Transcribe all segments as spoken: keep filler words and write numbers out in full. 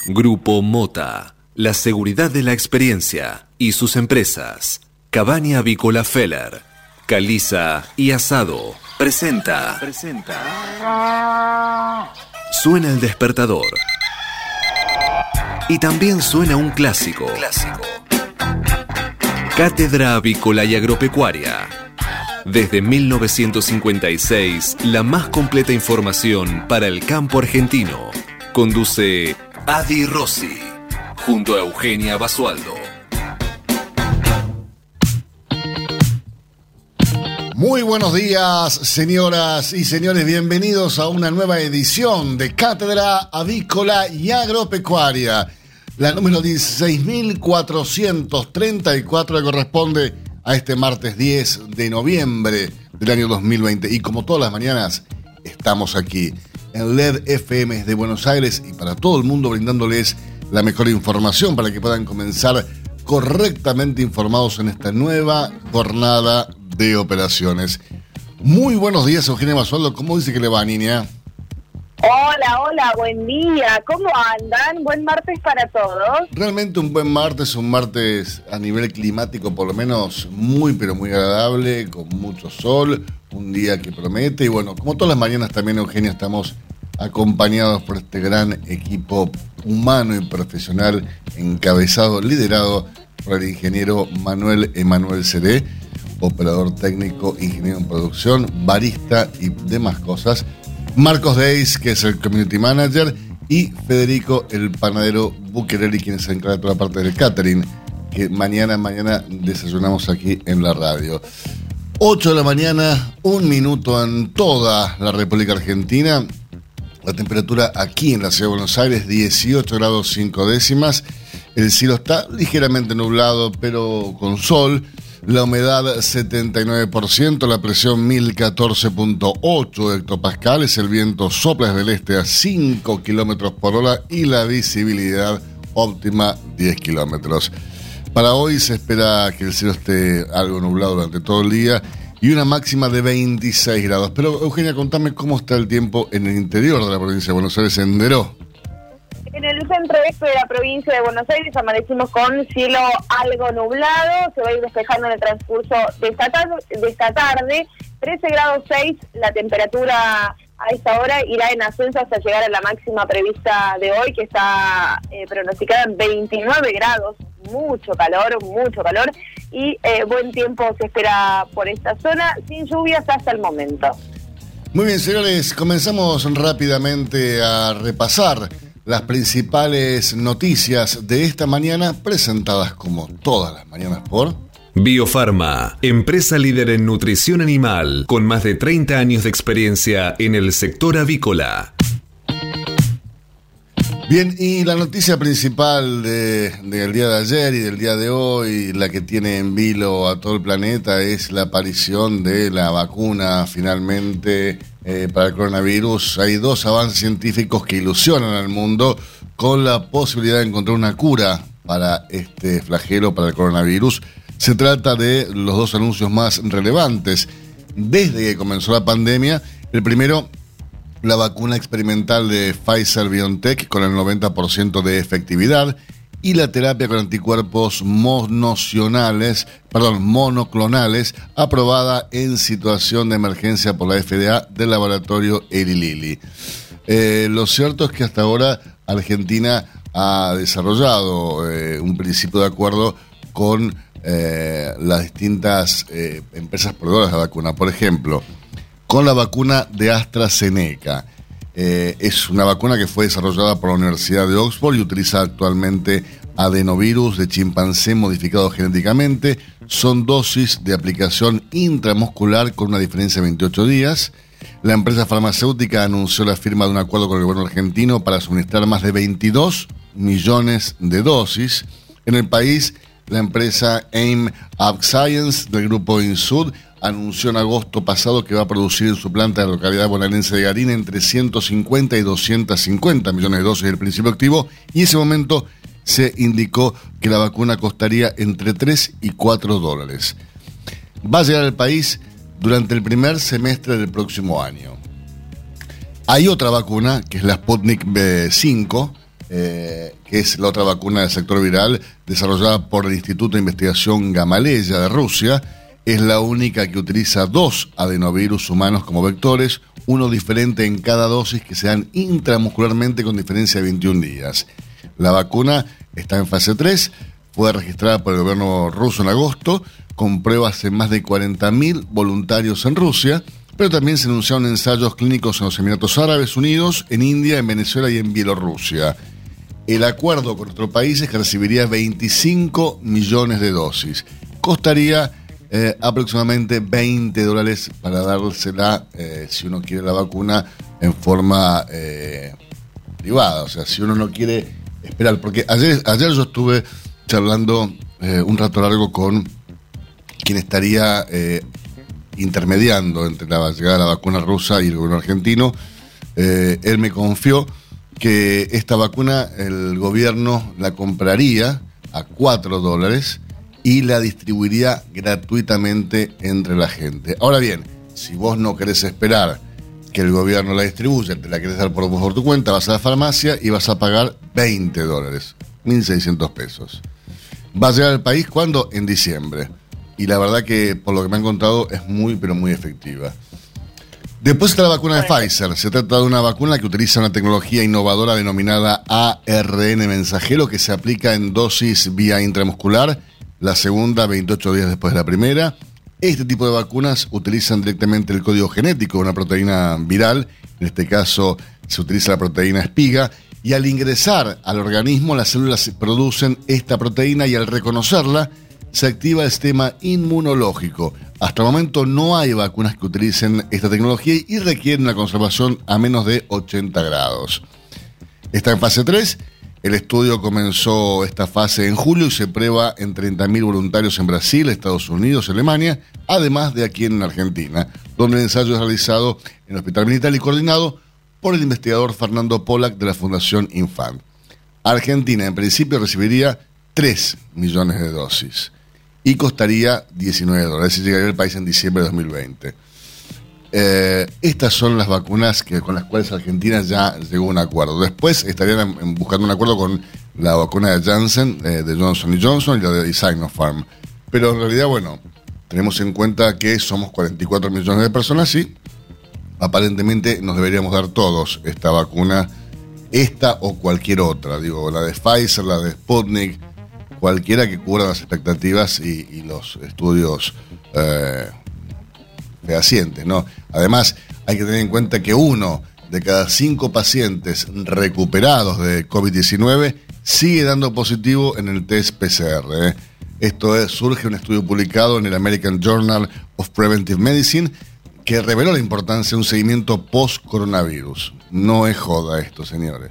Grupo Mota, la seguridad de la experiencia y sus empresas. Cabaña Avícola Feller, Caliza y Asado. Presenta. Presenta. Suena el despertador. Y también suena un clásico. Clásico. Cátedra Avícola y Agropecuaria. Desde mil novecientos cincuenta y seis, la más completa información para el campo argentino. Conduce Adi Rossi, junto a Eugenia Basualdo. Muy buenos días, señoras y señores. Bienvenidos a una nueva edición de Cátedra Avícola y Agropecuaria. La número dieciséis mil cuatrocientos treinta y cuatro, que corresponde a este martes diez de noviembre del año dos mil veinte. Y como todas las mañanas, estamos aquí en L E D F M de Buenos Aires y para todo el mundo, brindándoles la mejor información para que puedan comenzar correctamente informados en esta nueva jornada de operaciones. Muy buenos días, Eugenia Basualdo. ¿Cómo dice que le va, niña? Hola, hola, buen día. ¿Cómo andan? Buen martes para todos. Realmente un buen martes, un martes a nivel climático por lo menos muy, pero muy agradable, con mucho sol, un día que promete. Y bueno, como todas las mañanas también, Eugenia, estamos acompañados por este gran equipo humano y profesional, encabezado, liderado por el ingeniero Manuel Emanuel Seré, operador técnico, ingeniero en producción, barista y demás cosas. Marcos Deis, que es el community manager, y Federico, el panadero Bucherelli, quien se encarga de toda la parte del catering, que mañana, mañana desayunamos aquí en la radio. ocho de la mañana, un minuto en toda la República Argentina. La temperatura aquí en la ciudad de Buenos Aires, dieciocho grados cinco décimas. El cielo está ligeramente nublado, pero con sol. La humedad setenta y nueve por ciento, la presión mil catorce punto ocho hectopascales, el viento sopla desde el este a cinco kilómetros por hora y la visibilidad óptima diez kilómetros. Para hoy se espera que el cielo esté algo nublado durante todo el día y una máxima de veintiséis grados. Pero Eugenia, contame cómo está el tiempo en el interior de la provincia de Buenos Aires, en Deró. En el centro este de la provincia de Buenos Aires amanecimos con cielo algo nublado, se va a ir despejando en el transcurso de esta tarde, de esta tarde. trece grados seis, la temperatura a esta hora irá en ascenso hasta llegar a la máxima prevista de hoy, que está eh, pronosticada en veintinueve grados, mucho calor, mucho calor, y eh, buen tiempo se espera por esta zona, sin lluvias hasta el momento. Muy bien, señores, comenzamos rápidamente a repasar las principales noticias de esta mañana, presentadas como todas las mañanas por Biofarma, empresa líder en nutrición animal, con más de treinta años de experiencia en el sector avícola. Bien, y la noticia principal de, del día de ayer y del día de hoy, la que tiene en vilo a todo el planeta, es la aparición de la vacuna finalmente eh, para el coronavirus. Hay dos avances científicos que ilusionan al mundo con la posibilidad de encontrar una cura para este flagelo, para el coronavirus. Se trata de los dos anuncios más relevantes desde que comenzó la pandemia. El primero, la vacuna experimental de Pfizer-BioNTech con el noventa por ciento de efectividad, y la terapia con anticuerpos monocionales, perdón, monoclonales, aprobada en situación de emergencia por la F D A del laboratorio Eli Lilly. Eh, lo cierto es que hasta ahora Argentina ha desarrollado eh, un principio de acuerdo con eh, las distintas eh, empresas proveedoras de vacuna. Por ejemplo, con la vacuna de AstraZeneca. Eh, es una vacuna que fue desarrollada por la Universidad de Oxford y utiliza actualmente adenovirus de chimpancé modificado genéticamente. Son dosis de aplicación intramuscular con una diferencia de veintiocho días. La empresa farmacéutica anunció la firma de un acuerdo con el gobierno argentino para suministrar más de veintidós millones de dosis. En el país, la empresa AIM AppScience del grupo Insud anunció en agosto pasado que va a producir en su planta de la localidad bonaerense de Garín entre ciento cincuenta y doscientos cincuenta millones de dosis del principio activo, y en ese momento se indicó que la vacuna costaría entre tres y cuatro dólares. Va a llegar al país durante el primer semestre del próximo año. Hay otra vacuna, que es la Sputnik V cinco, eh, que es la otra vacuna del sector viral, desarrollada por el Instituto de Investigación Gamaleya de Rusia. Es la única que utiliza dos adenovirus humanos como vectores, uno diferente en cada dosis, que se dan intramuscularmente con diferencia de veintiún días. La vacuna está en fase tres, fue registrada por el gobierno ruso en agosto, con pruebas en más de cuarenta mil voluntarios en Rusia, pero también se anunciaron ensayos clínicos en los Emiratos Árabes Unidos, en India, en Venezuela y en Bielorrusia. El acuerdo con nuestro país es que recibiría veinticinco millones de dosis. Costaría eh, aproximadamente veinte dólares para dársela, eh, si uno quiere la vacuna, en forma eh, privada. O sea, si uno no quiere esperar. Porque ayer, ayer yo estuve charlando eh, un rato largo con quien estaría eh, intermediando entre la llegada de la vacuna rusa y el gobierno argentino. Eh, él me confió que esta vacuna el gobierno la compraría a cuatro dólares y la distribuiría gratuitamente entre la gente. Ahora bien, si vos no querés esperar que el gobierno la distribuya, te la querés dar por vos por tu cuenta, vas a la farmacia y vas a pagar veinte dólares, mil seiscientos pesos. Va a llegar al país, ¿cuándo? En diciembre. Y la verdad que, por lo que me han contado, es muy, pero muy efectiva. Después está la vacuna de Pfizer. Se trata de una vacuna que utiliza una tecnología innovadora denominada A R N mensajero, que se aplica en dosis vía intramuscular, la segunda veintiocho días después de la primera. Este tipo de vacunas utilizan directamente el código genético de una proteína viral, en este caso se utiliza la proteína espiga, y al ingresar al organismo las células producen esta proteína y al reconocerla se activa el sistema inmunológico. Hasta el momento no hay vacunas que utilicen esta tecnología y requieren una conservación a menos de ochenta grados. Está en fase tres. El estudio comenzó esta fase en julio y se prueba en treinta mil voluntarios en Brasil, Estados Unidos, Alemania, además de aquí en Argentina, donde el ensayo es realizado en el Hospital Militar y coordinado por el investigador Fernando Pollack de la Fundación Infant. Argentina, en principio, recibiría tres millones de dosis y costaría diecinueve dólares, y llegaría al país en diciembre de dos mil veinte. Eh, estas son las vacunas que, con las cuales Argentina ya llegó a un acuerdo. Después estarían en, en buscando un acuerdo con la vacuna de Janssen, eh, de Johnson y Johnson, y la de Sinopharm. Pero en realidad, bueno, tenemos en cuenta que somos cuarenta y cuatro millones de personas y aparentemente nos deberíamos dar todos esta vacuna, esta o cualquier otra. Digo, la de Pfizer, la de Sputnik, cualquiera que cubra las expectativas y, y los estudios eh, fehacientes, ¿no? Además, hay que tener en cuenta que uno de cada cinco pacientes recuperados de COVID diecinueve sigue dando positivo en el test P C R. ¿eh? Esto es, surge un estudio publicado en el American Journal of Preventive Medicine que reveló la importancia de un seguimiento post-coronavirus. No es joda esto, señores.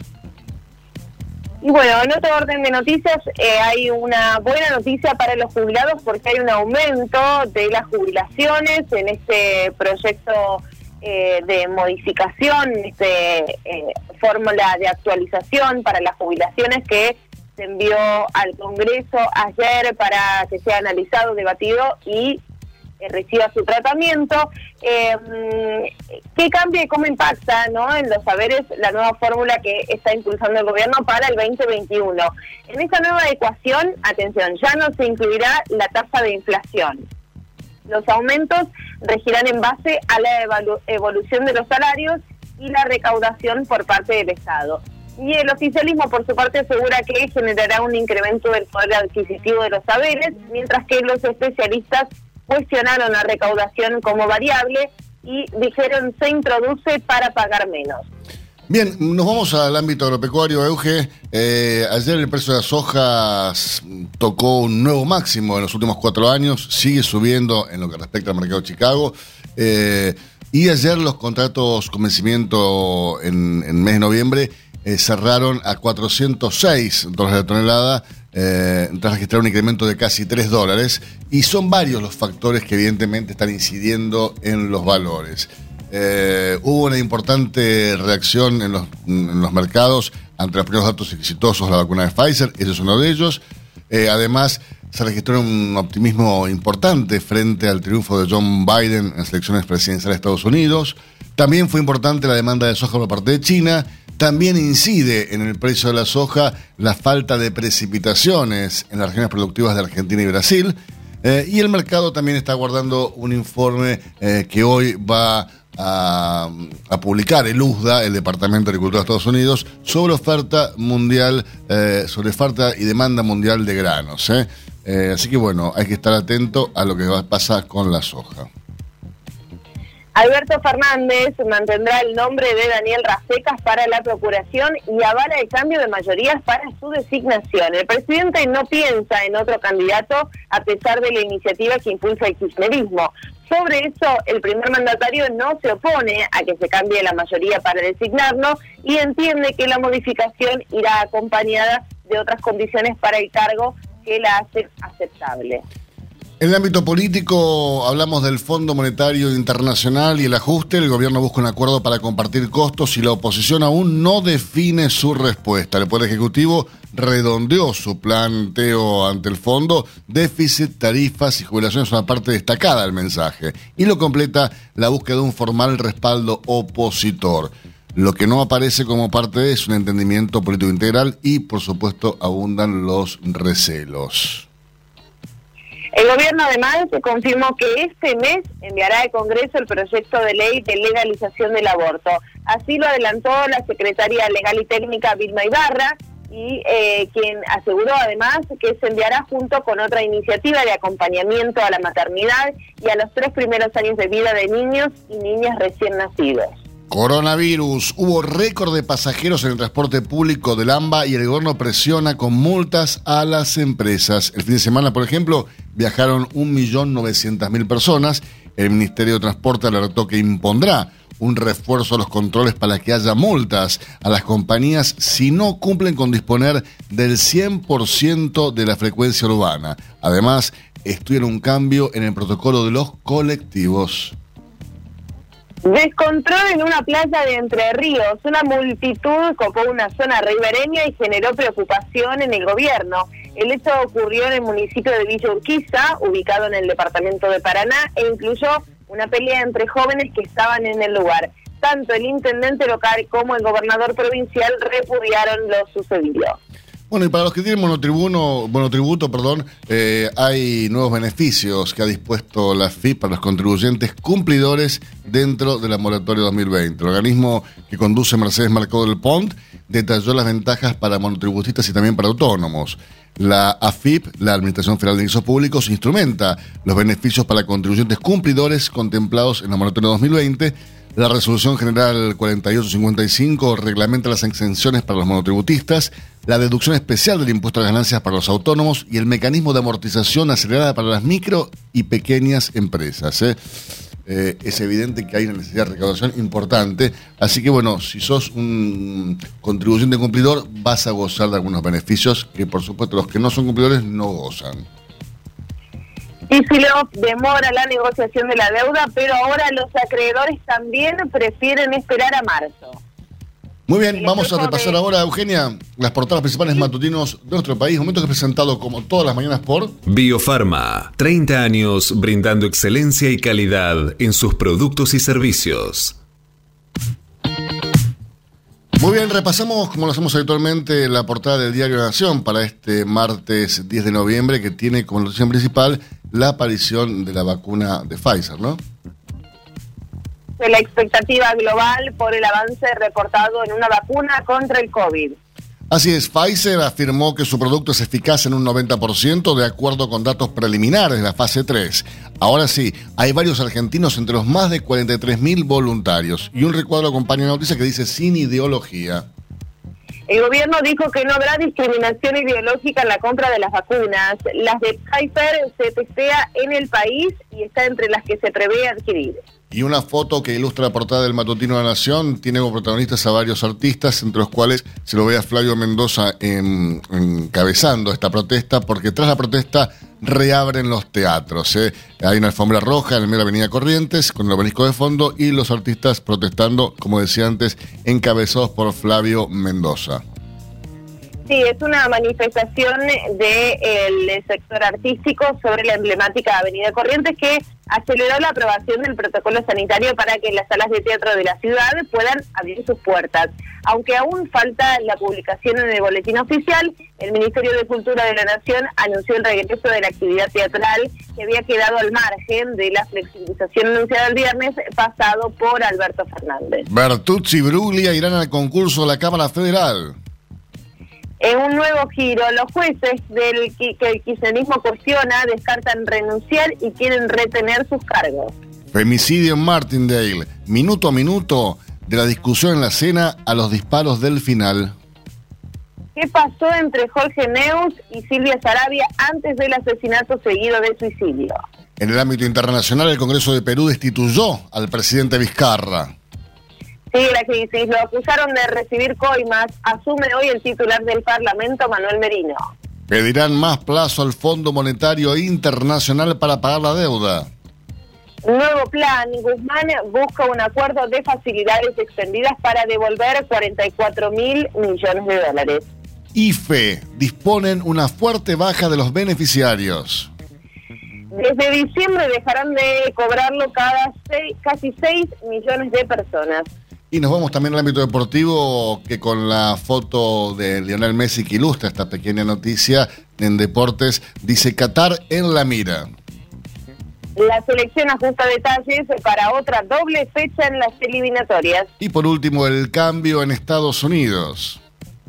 Y bueno, en otro orden de noticias, eh, hay una buena noticia para los jubilados porque hay un aumento de las jubilaciones en este proyecto eh, de modificación, este eh, fórmula de actualización para las jubilaciones que se envió al Congreso ayer para que sea analizado, debatido y eh, reciba su tratamiento. Eh, ¿Qué cambia y cómo impacta, ¿no?, en los saberes la nueva fórmula que está impulsando el gobierno para el veinte veintiuno? En esta nueva ecuación, atención, ya no se incluirá la tasa de inflación. Los aumentos regirán en base a la evolu- evolución de los salarios y la recaudación por parte del Estado. Y el oficialismo, por su parte, asegura que generará un incremento del poder adquisitivo de los saberes, mientras que los especialistas cuestionaron la recaudación como variable y dijeron se introduce para pagar menos. Bien, nos vamos al ámbito agropecuario, Euge. Eh, ayer el precio de las sojas tocó un nuevo máximo en los últimos cuatro años, sigue subiendo en lo que respecta al mercado de Chicago. Eh, y ayer los contratos con vencimiento en, en mes de noviembre eh, cerraron a cuatrocientos seis dólares la tonelada, eh, tras registrar un incremento de casi tres dólares, y son varios los factores que evidentemente están incidiendo en los valores. Eh, hubo una importante reacción en los, en los mercados ante los primeros datos exitosos de la vacuna de Pfizer, ese es uno de ellos. Eh, además, se registró un optimismo importante frente al triunfo de John Biden en las elecciones presidenciales de Estados Unidos. También fue importante la demanda de soja por parte de China. También incide en el precio de la soja la falta de precipitaciones en las regiones productivas de Argentina y Brasil. Eh, y el mercado también está aguardando un informe eh, que hoy va a, a publicar el U S D A, el Departamento de Agricultura de Estados Unidos, sobre oferta mundial, eh, sobre oferta y demanda mundial de granos. Eh. Eh, así que bueno, hay que estar atento a lo que va a pasar con la soja. Alberto Fernández mantendrá el nombre de Daniel Rafecas para la procuración y avala el cambio de mayorías para su designación. El presidente no piensa en otro candidato a pesar de la iniciativa que impulsa el kirchnerismo. Sobre eso, el primer mandatario no se opone a que se cambie la mayoría para designarlo y entiende que la modificación irá acompañada de otras condiciones para el cargo que la hacen aceptable. En el ámbito político hablamos del Fondo Monetario Internacional y el ajuste. El gobierno busca un acuerdo para compartir costos y la oposición aún no define su respuesta. El Poder Ejecutivo redondeó su planteo ante el fondo. Déficit, tarifas y jubilaciones son una parte destacada del mensaje. Y lo completa la búsqueda de un formal respaldo opositor. Lo que no aparece como parte es un entendimiento político integral y, por supuesto, abundan los recelos. El gobierno además confirmó que este mes enviará al Congreso el proyecto de ley de legalización del aborto. Así lo adelantó la secretaria legal y técnica Vilma Ibarra, y eh, quien aseguró además que se enviará junto con otra iniciativa de acompañamiento a la maternidad y a los tres primeros años de vida de niños y niñas recién nacidos. Coronavirus. Hubo récord de pasajeros en el transporte público del AMBA y el gobierno presiona con multas a las empresas. El fin de semana, por ejemplo, viajaron un millón novecientas mil personas. El Ministerio de Transporte alertó que impondrá un refuerzo a los controles para que haya multas a las compañías si no cumplen con disponer del cien por ciento de la frecuencia urbana. Además, estudian un cambio en el protocolo de los colectivos. Descontrol en una playa de Entre Ríos. Una multitud copó una zona ribereña y generó preocupación en el gobierno. El hecho ocurrió en el municipio de Villa Urquiza, ubicado en el departamento de Paraná, e incluyó una pelea entre jóvenes que estaban en el lugar. Tanto el intendente local como el gobernador provincial repudiaron lo sucedido. Bueno, y para los que tienen monotribuno, monotributo, perdón, eh, hay nuevos beneficios que ha dispuesto la F I P para los contribuyentes cumplidores dentro de la moratoria dos mil veinte. El organismo que conduce Mercedes Marcó del Pont detalló las ventajas para monotributistas y también para autónomos. La A F I P, la Administración Federal de Ingresos Públicos, instrumenta los beneficios para contribuyentes cumplidores contemplados en la moratoria dos mil veinte. La Resolución General cuarenta y ocho cincuenta y cinco reglamenta las exenciones para los monotributistas, la deducción especial del impuesto a las ganancias para los autónomos y el mecanismo de amortización acelerada para las micro y pequeñas empresas. ¿eh? Eh, es evidente que hay una necesidad de recaudación importante, así que bueno, si sos un contribuyente cumplidor vas a gozar de algunos beneficios que por supuesto los que no son cumplidores no gozan. Kicillof demora la negociación de la deuda, pero ahora los acreedores también prefieren esperar a marzo. Muy bien, vamos a repasar de... ahora, Eugenia, las portadas principales sí. matutinos de nuestro país. Momento que es presentado como todas las mañanas por Biofarma, treinta años brindando excelencia y calidad en sus productos y servicios. Muy bien, repasamos, como lo hacemos habitualmente, la portada del Diario de la Nación para este martes diez de noviembre, que tiene como noticia principal la aparición de la vacuna de Pfizer, ¿no? De la expectativa global por el avance reportado en una vacuna contra el COVID. Así es, Pfizer afirmó que su producto es eficaz en un noventa por ciento de acuerdo con datos preliminares de la fase tres. Ahora sí, hay varios argentinos entre los más de cuarenta y tres mil voluntarios. Y un recuadro acompaña una noticia que dice sin ideología. El gobierno dijo que no habrá discriminación ideológica en la compra de las vacunas. Las de Pfizer se testea en el país y está entre las que se prevé adquirir. Y una foto que ilustra la portada del matutino de la Nación tiene como protagonistas a varios artistas, entre los cuales se lo ve a Flavio Mendoza en, encabezando esta protesta, porque tras la protesta reabren los teatros. ¿eh? Hay una alfombra roja en el medio de la avenida Corrientes, con el obelisco de fondo, y los artistas protestando, como decía antes, encabezados por Flavio Mendoza. Sí, es una manifestación del sector artístico sobre la emblemática Avenida Corrientes que aceleró la aprobación del protocolo sanitario para que las salas de teatro de la ciudad puedan abrir sus puertas. Aunque aún falta la publicación en el boletín oficial, el Ministerio de Cultura de la Nación anunció el regreso de la actividad teatral que había quedado al margen de la flexibilización anunciada el viernes pasado por Alberto Fernández. Bertuzzi y Bruglia irán al concurso de la Cámara Federal. En un nuevo giro, los jueces del que el kirchnerismo cuestiona descartan renunciar y quieren retener sus cargos. Femicidio en Martindale, minuto a minuto, de la discusión en la cena a los disparos del final. ¿Qué pasó entre Jorge Neus y Silvia Sarabia antes del asesinato seguido de suicidio? En el ámbito internacional, el Congreso de Perú destituyó al presidente Vizcarra. Sigue la crisis, lo acusaron de recibir coimas, asume hoy el titular del Parlamento, Manuel Merino. Pedirán más plazo al Fondo Monetario Internacional para pagar la deuda. Nuevo plan, Guzmán busca un acuerdo de facilidades extendidas para devolver cuarenta y cuatro mil millones de dólares. I F E disponen una fuerte baja de los beneficiarios. Desde diciembre dejarán de cobrarlo cada seis, casi seis millones de personas. Y nos vamos también al ámbito deportivo, que con la foto de Lionel Messi que ilustra esta pequeña noticia en deportes, dice Qatar en la mira. La selección ajusta detalles para otra doble fecha en las eliminatorias. Y por último, el cambio en Estados Unidos.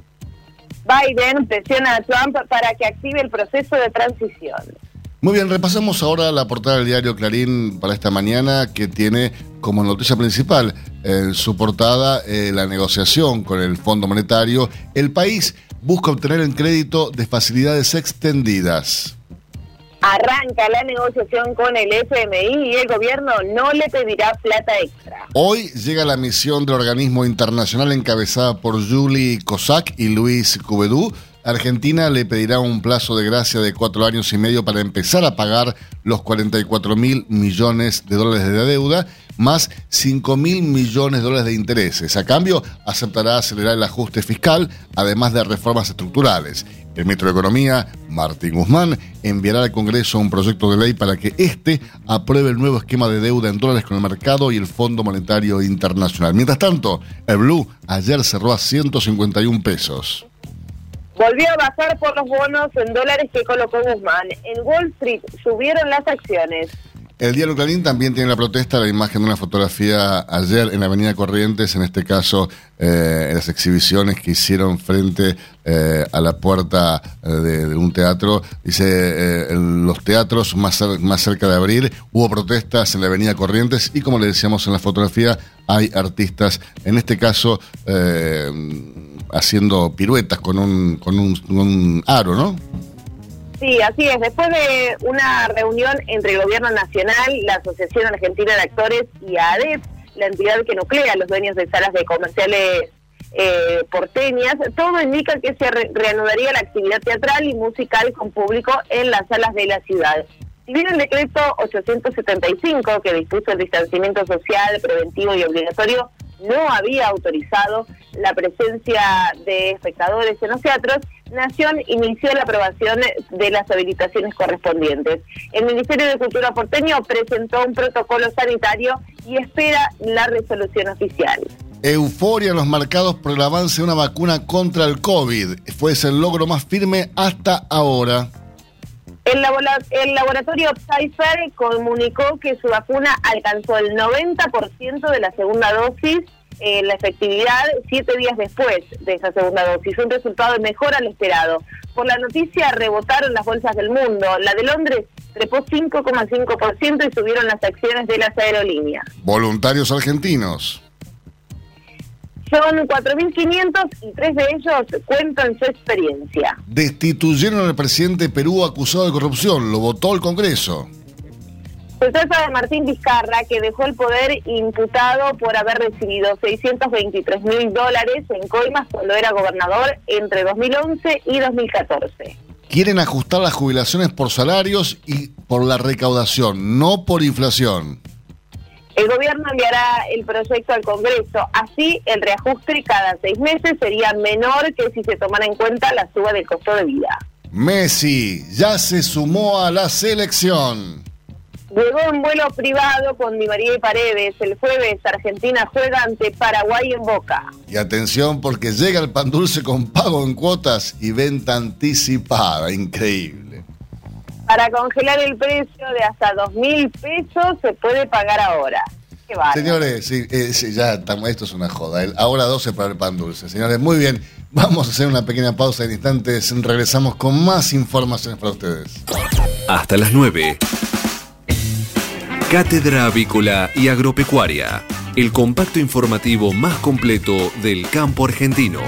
Biden presiona a Trump para que active el proceso de transición. Muy bien, repasamos ahora la portada del diario Clarín para esta mañana, que tiene como noticia principal en su portada eh, la negociación con el Fondo Monetario. El país busca obtener el crédito de facilidades extendidas. Arranca la negociación con el F M I y el gobierno no le pedirá plata extra. Hoy llega la misión del organismo internacional encabezada por Julie Cossack y Luis Cuvedú. Argentina le pedirá un plazo de gracia de cuatro años y medio para empezar a pagar los cuarenta y cuatro mil millones de dólares de deuda, más cinco mil millones de dólares de intereses. A cambio, aceptará acelerar el ajuste fiscal, además de reformas estructurales. El ministro de Economía, Martín Guzmán, enviará al Congreso un proyecto de ley para que éste apruebe el nuevo esquema de deuda en dólares con el mercado y el Fondo Monetario Internacional. Mientras tanto, el blue ayer cerró a ciento cincuenta y un pesos. Volvió a bajar por los bonos en dólares que colocó Guzmán. En Wall Street subieron las acciones. El diario Clarín también tiene la protesta, la imagen de una fotografía ayer en la Avenida Corrientes, en este caso eh, en las exhibiciones que hicieron frente eh, a la puerta eh, de, de un teatro. Dice, eh, en los teatros más, más cerca de abrir, hubo protestas en la Avenida Corrientes y, como le decíamos en la fotografía, hay artistas, en este caso, eh, haciendo piruetas con un, con un, un aro, ¿no? Sí, así es. Después de una reunión entre el Gobierno Nacional, la Asociación Argentina de Actores y ADEP, la entidad que nuclea a los dueños de salas de comerciales eh, porteñas, todo indica que se re- reanudaría la actividad teatral y musical con público en las salas de la ciudad. Si bien el decreto ochocientos setenta y cinco, que dispuso el distanciamiento social, preventivo y obligatorio, no había autorizado la presencia de espectadores en los teatros, Nación inició la aprobación de las habilitaciones correspondientes. El Ministerio de Cultura porteño presentó un protocolo sanitario y espera la resolución oficial. Euforia en los mercados por el avance de una vacuna contra el COVID. Fue ese el logro más firme hasta ahora. El, labora- el laboratorio Pfizer comunicó que su vacuna alcanzó el noventa por ciento de la segunda dosis, eh, la efectividad siete días después de esa segunda dosis, un resultado mejor al esperado. Por la noticia rebotaron las bolsas del mundo. La de Londres trepó cinco coma cinco por ciento y subieron las acciones de las aerolíneas. Voluntarios argentinos. Son cuatro mil quinientos y tres de ellos cuentan su experiencia. Destituyeron al presidente de Perú acusado de corrupción. Lo votó el Congreso. Se trata de Martín Vizcarra, que dejó el poder imputado por haber recibido seiscientos veintitrés mil dólares en coimas cuando era gobernador entre dos mil once y dos mil catorce. Quieren ajustar las jubilaciones por salarios y por la recaudación, no por inflación. El gobierno enviará el proyecto al Congreso. Así, el reajuste cada seis meses sería menor que si se tomara en cuenta la suba del costo de vida. Messi ya se sumó a la selección. Llegó en vuelo privado con Di María y Paredes. El jueves Argentina juega ante Paraguay en Boca. Y atención porque llega el pan dulce con pago en cuotas y venta anticipada. Increíble. Para congelar el precio de hasta dos mil pesos se puede pagar ahora. Qué bárbaro. Señores, sí, eh, sí, ya estamos, esto es una joda. El, ahora doce para el pan dulce. Señores, muy bien. Vamos a hacer una pequeña pausa en instantes. Regresamos con más informaciones para ustedes. Hasta las nueve. Cátedra Avícola y Agropecuaria. El compacto informativo más completo del campo argentino.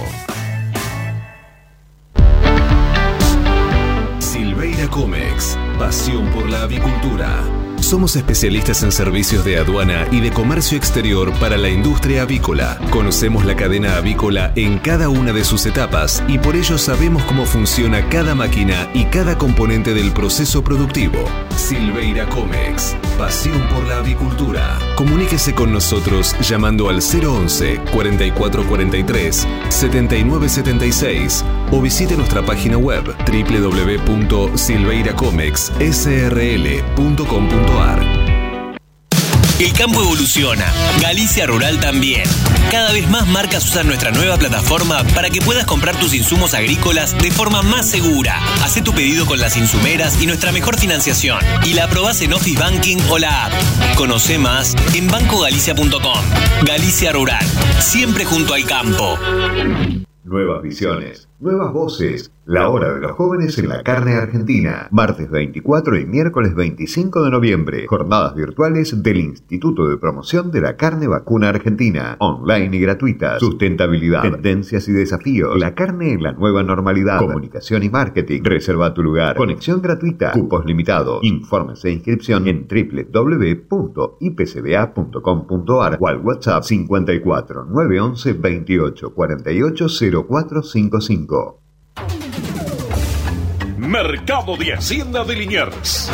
Silveira Comex. Pasión por la avicultura. Somos especialistas en servicios de aduana y de comercio exterior para la industria avícola. Conocemos la cadena avícola en cada una de sus etapas y por ello sabemos cómo funciona cada máquina y cada componente del proceso productivo. Silveira Comex. Pasión por la avicultura. Comuníquese con nosotros llamando al cero once, cuarenta y cuatro cuarenta y tres, setenta y nueve setenta y seis o visite nuestra página web doble u doble u doble u punto silveira comex s r l punto com punto a r. El campo evoluciona, Galicia Rural también. Cada vez más marcas usan nuestra nueva plataforma para que puedas comprar tus insumos agrícolas de forma más segura. Hacé tu pedido con las insumeras y nuestra mejor financiación. Y la aprobás en Office Banking o la app. Conoce más en banco galicia punto com. Galicia Rural, siempre junto al campo. Nuevas visiones, nuevas voces. La hora de los jóvenes en la carne argentina. Martes veinticuatro y miércoles veinticinco de noviembre. Jornadas virtuales del Instituto de Promoción de la Carne Vacuna Argentina. Online y gratuitas. Sustentabilidad, tendencias y desafíos. La carne en la nueva normalidad. Comunicación y marketing. Reserva tu lugar. Conexión gratuita. Cupos limitados. Informes e inscripción en doble u doble u doble u punto i p c b a punto com punto a r o al WhatsApp cincuenta y cuatro, nueve once, veintiocho, cuarenta y ocho, cero cuatro cinco cinco. Mercado de Hacienda de Liniers.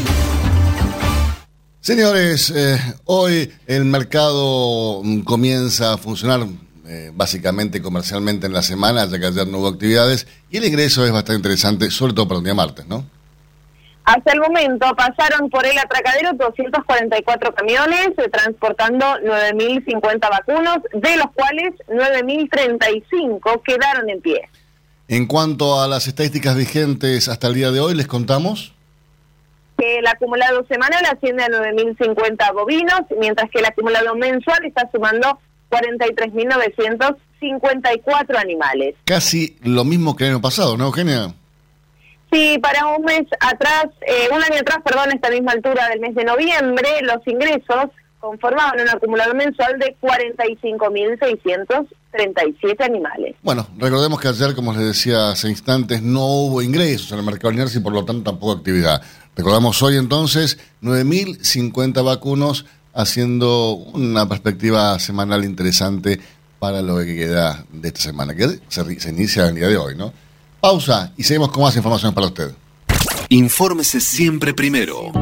Señores, eh, hoy el mercado comienza a funcionar eh, básicamente comercialmente en la semana, ya que ayer no hubo actividades, y el ingreso es bastante interesante, sobre todo para el día martes, ¿no? Hasta el momento pasaron por el atracadero doscientos cuarenta y cuatro camiones eh, transportando nueve mil cincuenta vacunos, de los cuales nueve mil treinta y cinco quedaron en pie. En cuanto a las estadísticas vigentes hasta el día de hoy, les contamos que el acumulado semanal asciende a nueve mil cincuenta bovinos, mientras que el acumulado mensual está sumando cuarenta y tres mil novecientos cincuenta y cuatro animales. Casi lo mismo que el año pasado, ¿no, Eugenia? Sí, para un mes atrás, eh, un año atrás, perdón, a esta misma altura del mes de noviembre, los ingresos conformaban un acumulado mensual de cuarenta y cinco mil seiscientos treinta y siete animales. Bueno, recordemos que ayer, como les decía hace instantes, no hubo ingresos en el mercado liniers y por lo tanto tampoco actividad. Recordamos hoy entonces nueve mil cincuenta vacunos, haciendo una perspectiva semanal interesante para lo que queda de esta semana, que se, se inicia el día de hoy, ¿no? Pausa y seguimos con más información para usted. Infórmese siempre primero.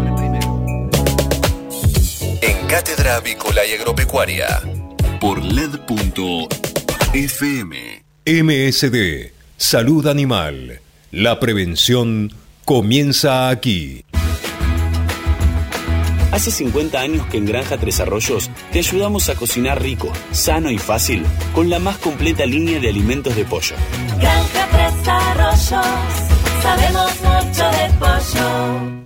En Cátedra Avícola y Agropecuaria. Por L E D punto F M. M S D, Salud Animal. La prevención comienza aquí. Hace cincuenta años que en Granja Tres Arroyos te ayudamos a cocinar rico, sano y fácil con la más completa línea de alimentos de pollo. Granja Tres Arroyos, sabemos mucho de pollo.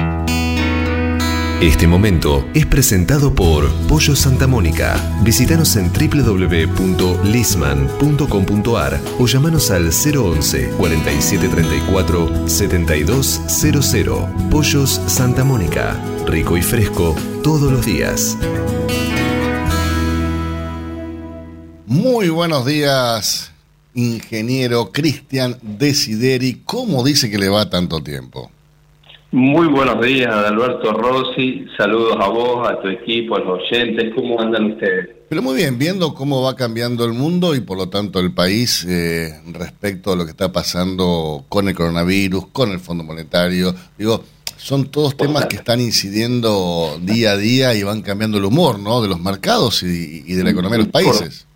Este momento es presentado por Pollo Santa Mónica. Visítanos en doble u doble u doble u punto lisman punto com punto a r o llamanos al cero once, cuarenta y siete treinta y cuatro, setenta y dos cero cero. Pollos Santa Mónica. Rico y fresco todos los días. Muy buenos días, ingeniero Cristian Desideri. ¿Cómo dice que le va tanto tiempo? Muy buenos días, Alberto Rossi. Saludos a vos, a tu equipo, a los oyentes. ¿Cómo andan ustedes? Pero muy bien, viendo cómo va cambiando el mundo y por lo tanto el país eh, respecto a lo que está pasando con el coronavirus, con el Fondo Monetario. Digo, son todos temas que están incidiendo día a día y van cambiando el humor, ¿no? De los mercados y, y de la economía de los países.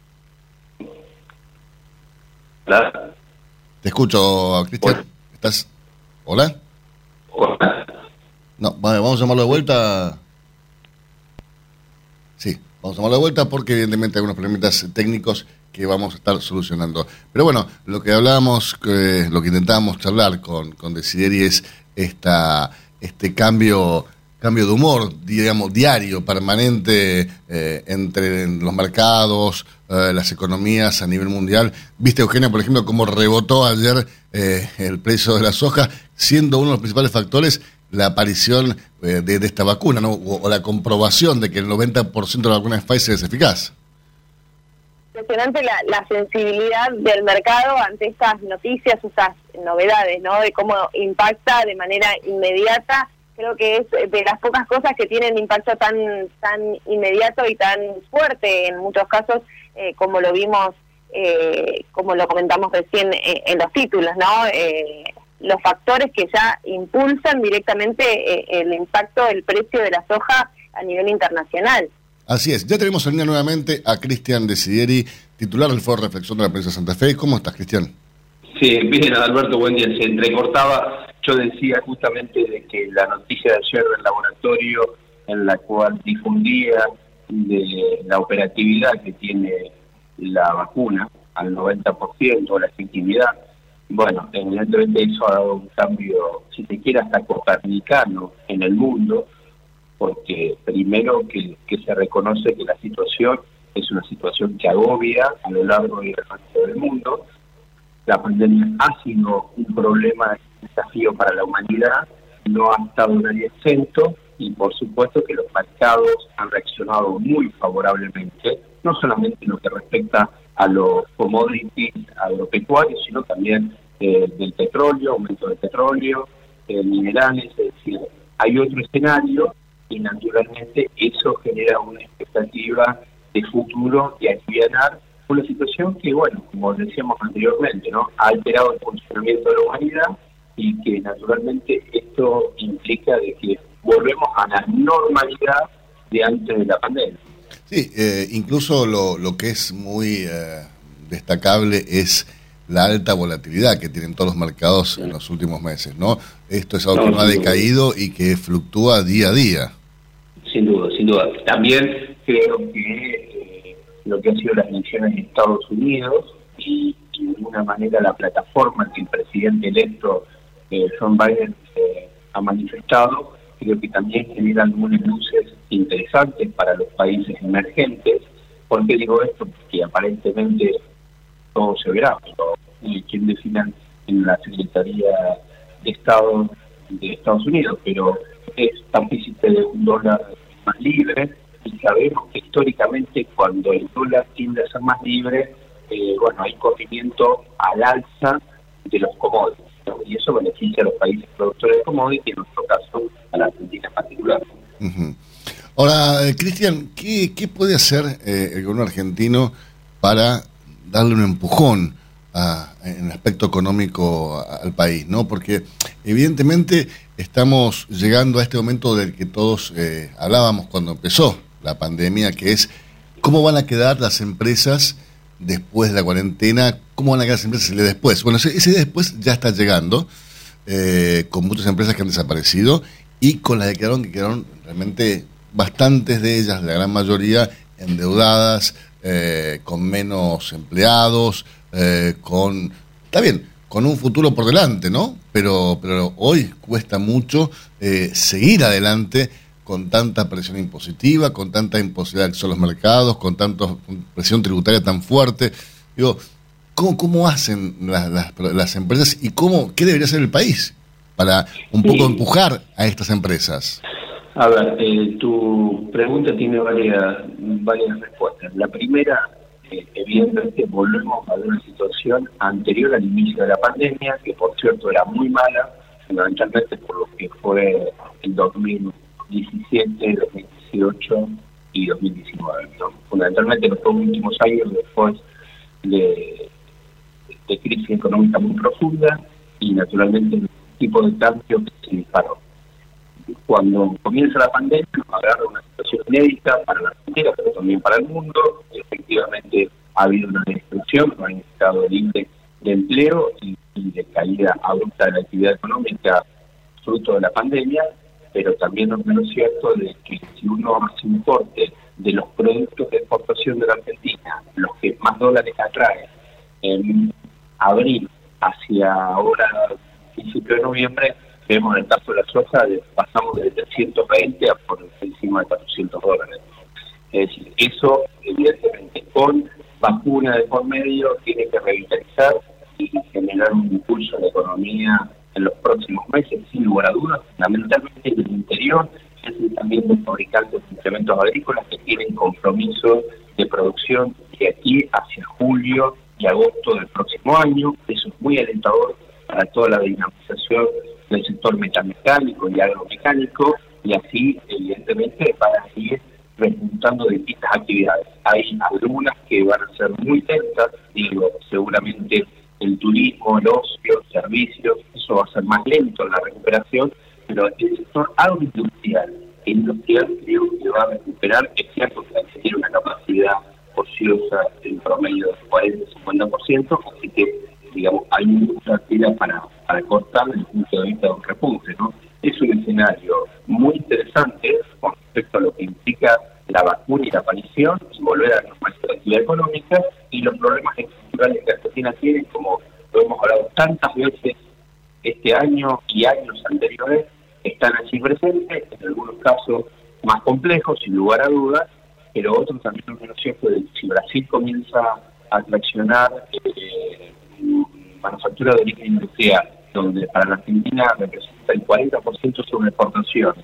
Hola. Te escucho, Cristian. ¿Estás? ¿Hola? Hola. No, vamos a llamarlo de vuelta. Sí, vamos a llamarlo de vuelta porque evidentemente hay unos problemas técnicos que vamos a estar solucionando. Pero bueno, lo que hablábamos, eh, lo que intentábamos charlar con, con Desideri es esta, este cambio, cambio de humor, digamos, diario, permanente, eh, entre los mercados, eh, las economías a nivel mundial. Viste, Eugenia, por ejemplo, cómo rebotó ayer eh, el precio de la soja, siendo uno de los principales factores la aparición eh, de, de esta vacuna, ¿no? O, o la comprobación de que el noventa por ciento de la vacuna de Pfizer es eficaz. Impresionante la, la sensibilidad del mercado ante estas noticias, estas novedades, ¿no? De cómo impacta de manera inmediata. Creo que es de las pocas cosas que tienen impacto tan tan inmediato y tan fuerte en muchos casos, eh, como lo vimos, eh, como lo comentamos recién eh, en los títulos, ¿no? Eh, los factores que ya impulsan directamente eh, el impacto del precio de la soja a nivel internacional. Así es, ya tenemos en línea nuevamente a Cristian Desideri, titular del Foro de Reflexión de la Prensa de Santa Fe. ¿Cómo estás, Cristian? Sí, bien, Alberto, buen día. Se entrecortaba, yo decía justamente de que la noticia de ayer del laboratorio en la cual difundía de la operatividad que tiene la vacuna al noventa por ciento, la efectividad, bueno, evidentemente eso ha dado un cambio, si se quiere, hasta copernicano en el mundo, porque primero que, que se reconoce que la situación es una situación que agobia a lo largo y el resto del mundo. La pandemia ha sido un problema, un desafío para la humanidad, no ha estado nadie exento y por supuesto que los mercados han reaccionado muy favorablemente, no solamente en lo que respecta a los commodities agropecuarios, sino también eh, del petróleo, aumento del petróleo, eh, minerales, es decir, hay otro escenario y naturalmente eso genera una expectativa de futuro y alivianar una situación que, bueno, como decíamos anteriormente, ¿no? Ha alterado el funcionamiento de la humanidad y que naturalmente esto implica de que volvemos a la normalidad de antes de la pandemia. Sí, eh, incluso lo, lo que es muy eh, destacable es la alta volatilidad que tienen todos los mercados en los últimos meses, ¿no? Esto es algo que no ha decaído y que fluctúa día a día. Sin duda, sin duda. También creo que eh, lo que han sido las elecciones en Estados Unidos y, y de alguna manera la plataforma que el presidente electo eh, John Biden eh, ha manifestado, creo que también genera algunas luces interesantes para los países emergentes. ¿Por qué digo esto? Porque aparentemente todo se verá, pero eh, quien definan en la Secretaría de Estado de Estados Unidos, pero es partícipe de un dólar más libre y sabemos que históricamente cuando el dólar tiende a ser más libre, eh, bueno, hay corrimiento al alza de los commodities, ¿no? Y eso beneficia a los países productores de commodities, en nuestro caso a la Argentina en particular. Uh-huh. Ahora, eh, Cristian, ¿qué, ¿qué puede hacer eh, el gobierno argentino para darle un empujón a, en el aspecto económico a, al país, ¿no? Porque evidentemente estamos llegando a este momento del que todos eh, hablábamos cuando empezó la pandemia, que es cómo van a quedar las empresas después de la cuarentena, cómo van a quedar las empresas el día después. Bueno, ese, ese día después ya está llegando, eh, con muchas empresas que han desaparecido y con las que quedaron, que quedaron realmente bastantes de ellas, la gran mayoría, endeudadas, eh, con menos empleados, eh, con... Está bien, con un futuro por delante, ¿no? Pero, pero hoy cuesta mucho eh, seguir adelante con tanta presión impositiva, con tanta imposibilidad de acceso a los mercados, con tanta presión tributaria tan fuerte. Digo, ¿cómo, cómo hacen las, las, las empresas y cómo qué debería hacer el país para un poco sí. empujar a estas empresas? A ver, eh, tu pregunta tiene varias, varias respuestas. La primera, eh, evidentemente volvemos a ver una situación anterior al inicio de la pandemia, que por cierto era muy mala, fundamentalmente por lo que fue el dos mil diecisiete, dos mil dieciocho y dos mil diecinueve, ¿no? Fundamentalmente los dos últimos años después de, de crisis económica muy profunda y naturalmente el tipo de cambio que se disparó. Cuando comienza la pandemia nos agarra una situación inédita para la Argentina, pero también para el mundo. Efectivamente ha habido una destrucción, no ha indicado el índice de empleo y, y de caída abrupta de la actividad económica fruto de la pandemia, pero también no es menos cierto de que si uno hace un corte de los productos de exportación de la Argentina, los que más dólares atraen, en abril hacia ahora, principio de noviembre, vemos en el caso de la soja, de, pasamos de trescientos veinte a por encima de cuatrocientos dólares. Es decir, eso evidentemente con vacuna de por medio tiene que revitalizar y generar un impulso a la economía en los próximos meses, sin lugar a dudas, fundamentalmente en el interior, es también los fabricantes de implementos agrícolas que tienen compromiso de producción de aquí hacia julio y agosto del próximo año. Eso es muy alentador para toda la dinamización del sector metalmecánico y agromecánico, y así evidentemente van a seguir repuntando distintas actividades. Hay algunas que van a ser muy lentas, digo, seguramente el turismo, el ocio, servicios, eso va a ser más lento en la recuperación, pero el sector agroindustrial e industrial creo que va a recuperar. Es cierto que tiene una capacidad ociosa en promedio del cuarenta a cincuenta por ciento, así que, digamos, hay mucha actividad para, para cortar desde el punto de vista de un repunte, ¿no? Es un escenario muy interesante con respecto a lo que implica la vacuna y la aparición y volver a la normalización de la actividad económica y los problemas estructurales que Argentina tiene, como lo hemos hablado tantas veces este año y años anteriores, están allí presentes, en algunos casos más complejos, sin lugar a dudas, pero otros también no menos cierto de si Brasil comienza a traccionar eh, manufactura de origen industrial, donde para la Argentina representa el cuarenta por ciento sobre exportaciones,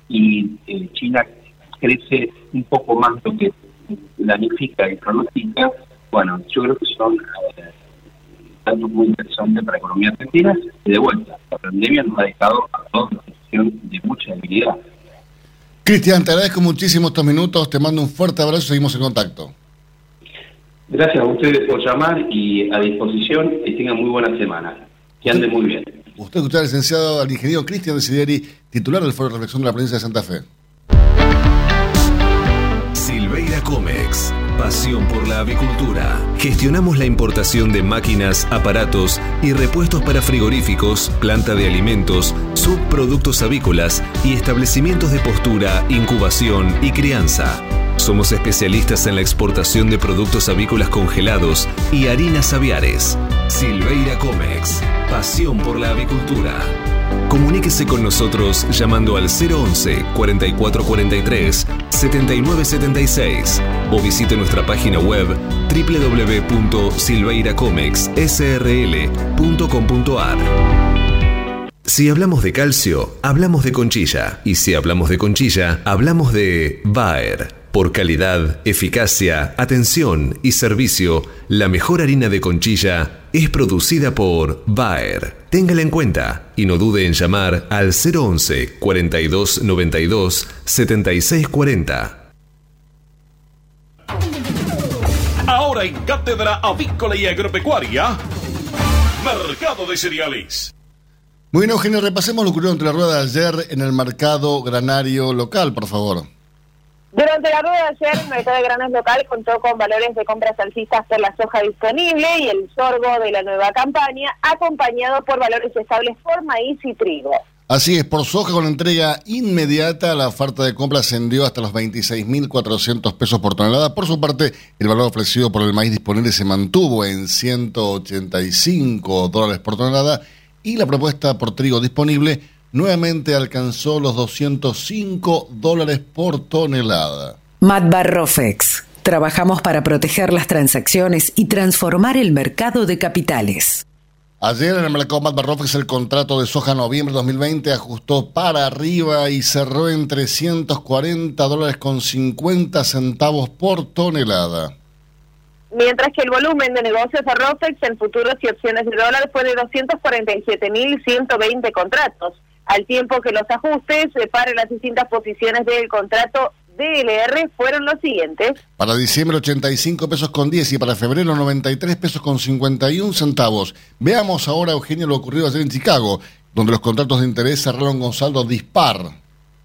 y eh, China crece un poco más de lo que planifica y pronostica. Bueno, yo creo que son eh, datos muy interesantes para la economía argentina, y de vuelta, la pandemia nos ha dejado a todos una situación de mucha debilidad. Cristian, te agradezco muchísimo estos minutos, te mando un fuerte abrazo y seguimos en contacto. Gracias a ustedes por llamar y a disposición, que tengan muy buena semana. Que ande muy bien. Usted escucha al licenciado, al ingeniero Cristian Desideri, titular del Foro de Reflexión de la Provincia de Santa Fe. Silveira Comex, pasión por la avicultura. Gestionamos la importación de máquinas, aparatos y repuestos para frigoríficos, planta de alimentos, subproductos avícolas y establecimientos de postura, incubación y crianza. Somos especialistas en la exportación de productos avícolas congelados y harinas aviares. Silveira Comex, pasión por la avicultura. Comuníquese con nosotros llamando al cero once, cuarenta y cuatro cuarenta y tres, setenta y nueve setenta y seis o visite nuestra página web doble u doble u doble u punto silveira comex s r l punto com punto a r. Si hablamos de calcio, hablamos de Conchilla. Y si hablamos de Conchilla, hablamos de Bayer. Por calidad, eficacia, atención y servicio, la mejor harina de Conchilla es producida por Bayer. Téngala en cuenta y no dude en llamar al cero once, cuarenta y dos noventa y dos, setenta y seis cuarenta. Ahora en Cátedra Avícola y Agropecuaria, Mercado de Cereales. Muy bien, Eugenio, repasemos lo ocurrido entre la rueda de ayer en el mercado granario local, por favor. Durante la rueda de ayer, el mercado de granos local contó con valores de compras alcistas por la soja disponible y el sorgo de la nueva campaña, acompañado por valores estables por maíz y trigo. Así es, por soja con entrega inmediata, la oferta de compra ascendió hasta los veintiséis mil cuatrocientos pesos por tonelada. Por su parte, el valor ofrecido por el maíz disponible se mantuvo en ciento ochenta y cinco dólares por tonelada y la propuesta por trigo disponible nuevamente alcanzó los doscientos cinco dólares por tonelada. Matbar Rofex. Trabajamos para proteger las transacciones y transformar el mercado de capitales. Ayer en el mercado Matbar Rofex el contrato de soja noviembre dos mil veinte ajustó para arriba y cerró en trescientos cuarenta dólares con cincuenta centavos por tonelada. Mientras que el volumen de negocios de Rofex en futuros y opciones de dólar fue de doscientos cuarenta y siete mil ciento veinte contratos, al tiempo que los ajustes para las distintas posiciones del contrato D L R fueron los siguientes. Para diciembre ochenta y cinco pesos con diez y para febrero noventa y tres pesos con cincuenta y un centavos. Veamos ahora, Eugenio, lo ocurrido ayer en Chicago, donde los contratos de interés cerraron con saldo dispar.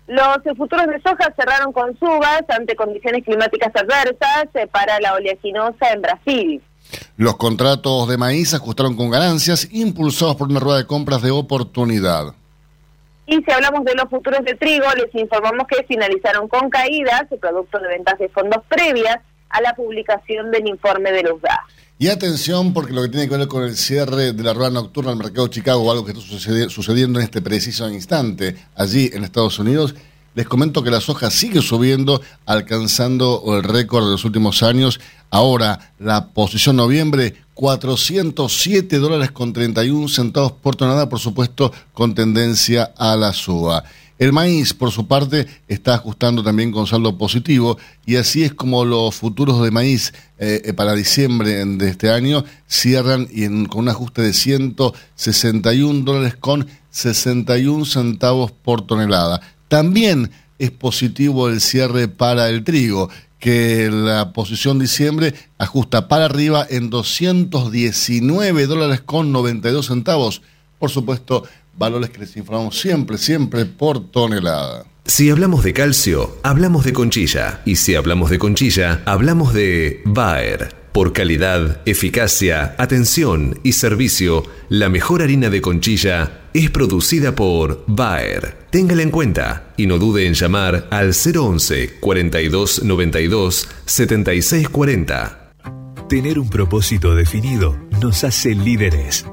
Los eh, futuros de soja cerraron con subas ante condiciones climáticas adversas eh, para la oleaginosa en Brasil. Los contratos de maíz ajustaron con ganancias impulsados por una rueda de compras de oportunidad. Y si hablamos de los futuros de trigo, les informamos que finalizaron con caídas, producto de ventas de fondos previas a la publicación del informe de los D A. Y atención, porque lo que tiene que ver con el cierre de la rueda nocturna al mercado de Chicago, algo que está sucedi- sucediendo en este preciso instante allí en Estados Unidos, les comento que la soja sigue subiendo, alcanzando el récord de los últimos años. Ahora, la posición noviembre, cuatrocientos siete dólares con treinta y un centavos por tonelada, por supuesto, con tendencia a la suba. El maíz, por su parte, está ajustando también con saldo positivo, y así es como los futuros de maíz eh, para diciembre de este año cierran y en, con un ajuste de ciento sesenta y un dólares con sesenta y un centavos por tonelada. También es positivo el cierre para el trigo, que la posición diciembre ajusta para arriba en doscientos diecinueve dólares con noventa y dos centavos. Por supuesto, valores que les informamos siempre, siempre por tonelada. Si hablamos de calcio, hablamos de Conchilla. Y si hablamos de Conchilla, hablamos de Bayer. Por calidad, eficacia, atención y servicio, la mejor harina de Conchilla es producida por Bayer. Téngala en cuenta y no dude en llamar al cero once, cuarenta y dos noventa y dos, setenta y seis cuarenta. Tener un propósito definido nos hace líderes.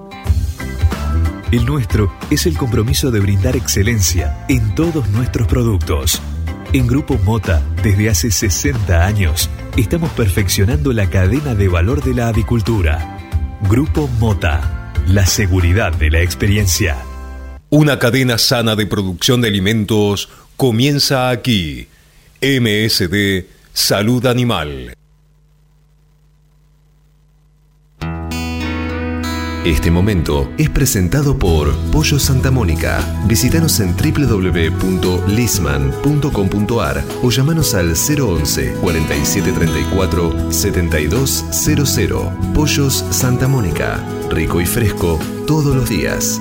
El nuestro es el compromiso de brindar excelencia en todos nuestros productos. En Grupo Mota, desde hace sesenta años, estamos perfeccionando la cadena de valor de la avicultura. Grupo Mota, la seguridad de la experiencia. Una cadena sana de producción de alimentos comienza aquí. M S D Salud Animal. Este momento es presentado por Pollo Santa Mónica. Visítanos en doble u doble u doble u punto lisman punto com punto a r o llamanos al cero once, cuarenta y siete treinta y cuatro, setenta y dos cero cero. Pollos Santa Mónica. Rico y fresco todos los días.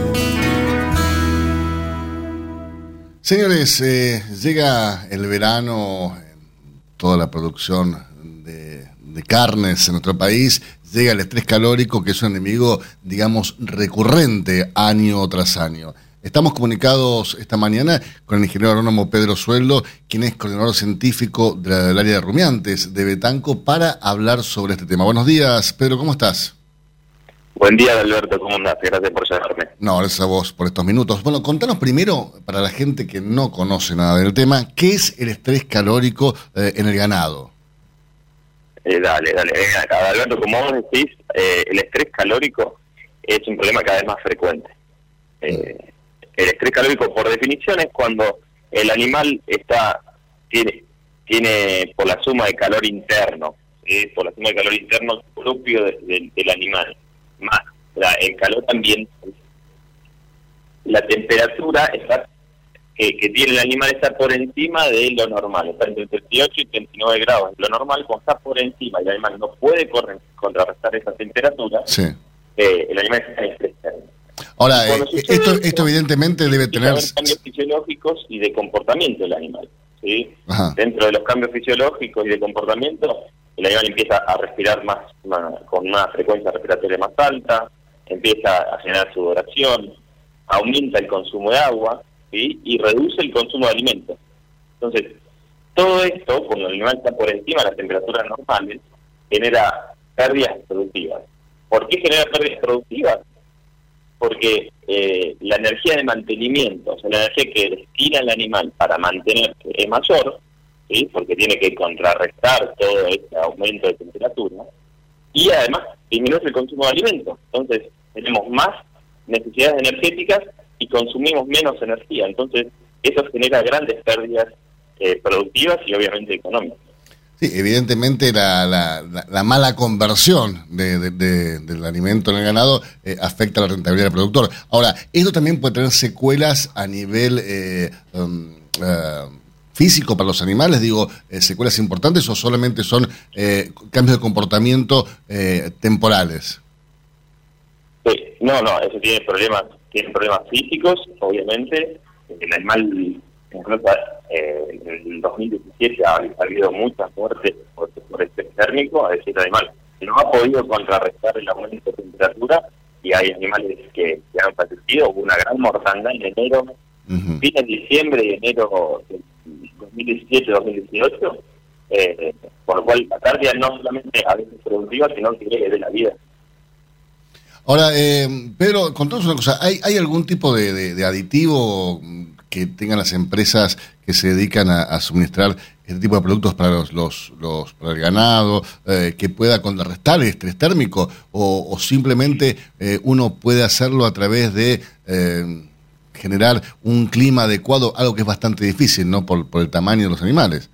Señores, eh, llega el verano, toda la producción de, de carnes en nuestro país. Llega el estrés calórico, que es un enemigo, digamos, recurrente año tras año. Estamos comunicados esta mañana con el ingeniero agrónomo Pedro Sueldo, quien es coordinador científico de la, del área de rumiantes de Betanco, para hablar sobre este tema. Buenos días, Pedro, ¿cómo estás? Buen día, Alberto, ¿cómo andás? Gracias por llamarme. No, gracias a vos por estos minutos. Bueno, contanos primero, para la gente que no conoce nada del tema, ¿qué es el estrés calórico eh, en el ganado? Eh, dale, dale. Eh, Alberto, como vos decís, eh, el estrés calórico es un problema cada vez más frecuente. Eh, el estrés calórico, por definición, es cuando el animal está tiene, tiene por la suma de calor interno, ¿sí? por la suma de calor interno propio de, de, del animal, más la, el calor también, la temperatura está Que, que tiene el animal está por encima de lo normal, está entre treinta y ocho y treinta y nueve grados. Lo normal, cuando está por encima y el animal no puede correr, contrarrestar esa temperatura, sí. eh, el animal está en estrés térmico. Ahora, eh, esto, esto evidentemente debe tener cambios fisiológicos y de comportamiento del animal, ¿sí? Dentro de los cambios fisiológicos y de comportamiento, el animal empieza a respirar más, más con una frecuencia respiratoria más alta, empieza a generar sudoración, aumenta el consumo de agua, ¿sí? Y reduce el consumo de alimentos. Entonces, todo esto, cuando el animal está por encima de las temperaturas normales, genera pérdidas productivas. ¿Por qué genera pérdidas productivas? Porque eh, la energía de mantenimiento, o sea, la energía que destina el animal para mantenerse es mayor, ¿sí? Porque tiene que contrarrestar todo este aumento de temperatura, y además disminuye el consumo de alimentos. Entonces, tenemos más necesidades energéticas y consumimos menos energía. Entonces, eso genera grandes pérdidas eh, productivas y obviamente económicas. Sí, evidentemente la, la, la, la mala conversión de, de, de, del alimento en el ganado eh, afecta la rentabilidad del productor. Ahora, esto también puede tener secuelas a nivel eh, um, uh, físico para los animales, digo, eh, secuelas importantes, o solamente son eh, cambios de comportamiento eh, temporales. Sí, no, no, eso tiene problemas, tiene problemas físicos, obviamente. El animal incluso eh, en el dos mil diecisiete ha, ha habido muchas muertes por, por estrés térmico, es decir, el animal no ha podido contrarrestar el aumento de temperatura y hay animales que, que han fallecido. Hubo una gran mortandad en enero, uh-huh. fin de diciembre y enero del dos mil diecisiete dos mil dieciocho, eh, por lo cual la pérdida no solamente a veces productiva, sino que es de la vida. Ahora, eh, Pedro, contanos una cosa, ¿hay, hay algún tipo de, de, de aditivo que tengan las empresas que se dedican a, a suministrar este tipo de productos para los, los, los para el ganado, eh, que pueda contrarrestar el estrés térmico, o, o simplemente eh, uno puede hacerlo a través de eh, generar un clima adecuado, algo que es bastante difícil, ¿no? Por, por el tamaño de los animales.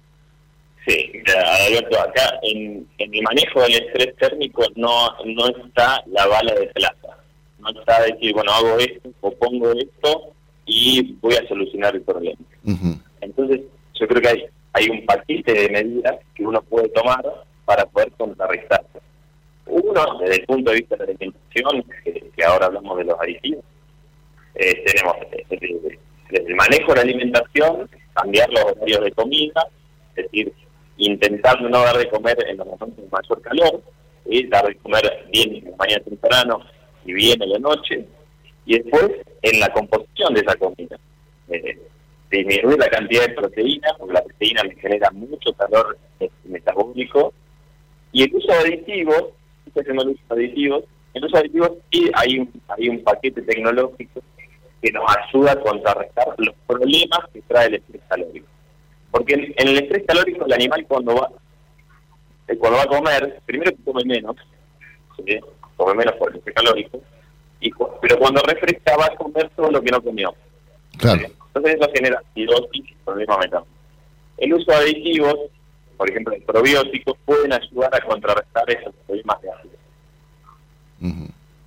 Sí, Alberto, acá en, en el manejo del estrés térmico no no está la bala de plata. No está decir, bueno, hago esto o pongo esto y voy a solucionar el problema. Uh-huh. Entonces, yo creo que hay, hay un paquete de medidas que uno puede tomar para poder contrarrestar. Uno, desde el punto de vista de la alimentación, que, que ahora hablamos de los aditivos, eh, tenemos desde, desde el manejo de la alimentación, cambiar los horarios de comida, es decir, intentar no dar de comer en los momentos de mayor calor, ¿sí? Dar de comer bien en la mañana temprano y bien en la noche, y después en la composición de esa comida. Eh, disminuir la cantidad de proteína, porque la proteína me genera mucho calor metabólico, y el uso de aditivos, el uso de aditivos, el uso de aditivos sí hay un, hay un paquete tecnológico que nos ayuda a contrarrestar los problemas que trae el estrés calórico. Porque en, en el estrés calórico el animal cuando va eh, cuando va a comer, primero que come menos, ¿sí? Come menos por el estrés calórico, y, pero cuando refresca va a comer todo lo que no comió. Claro. ¿Sí? Entonces eso genera acidosis y problemas metabólicos. El uso de aditivos, por ejemplo, de probióticos, pueden ayudar a contrarrestar esos problemas de acidez. Uh-huh.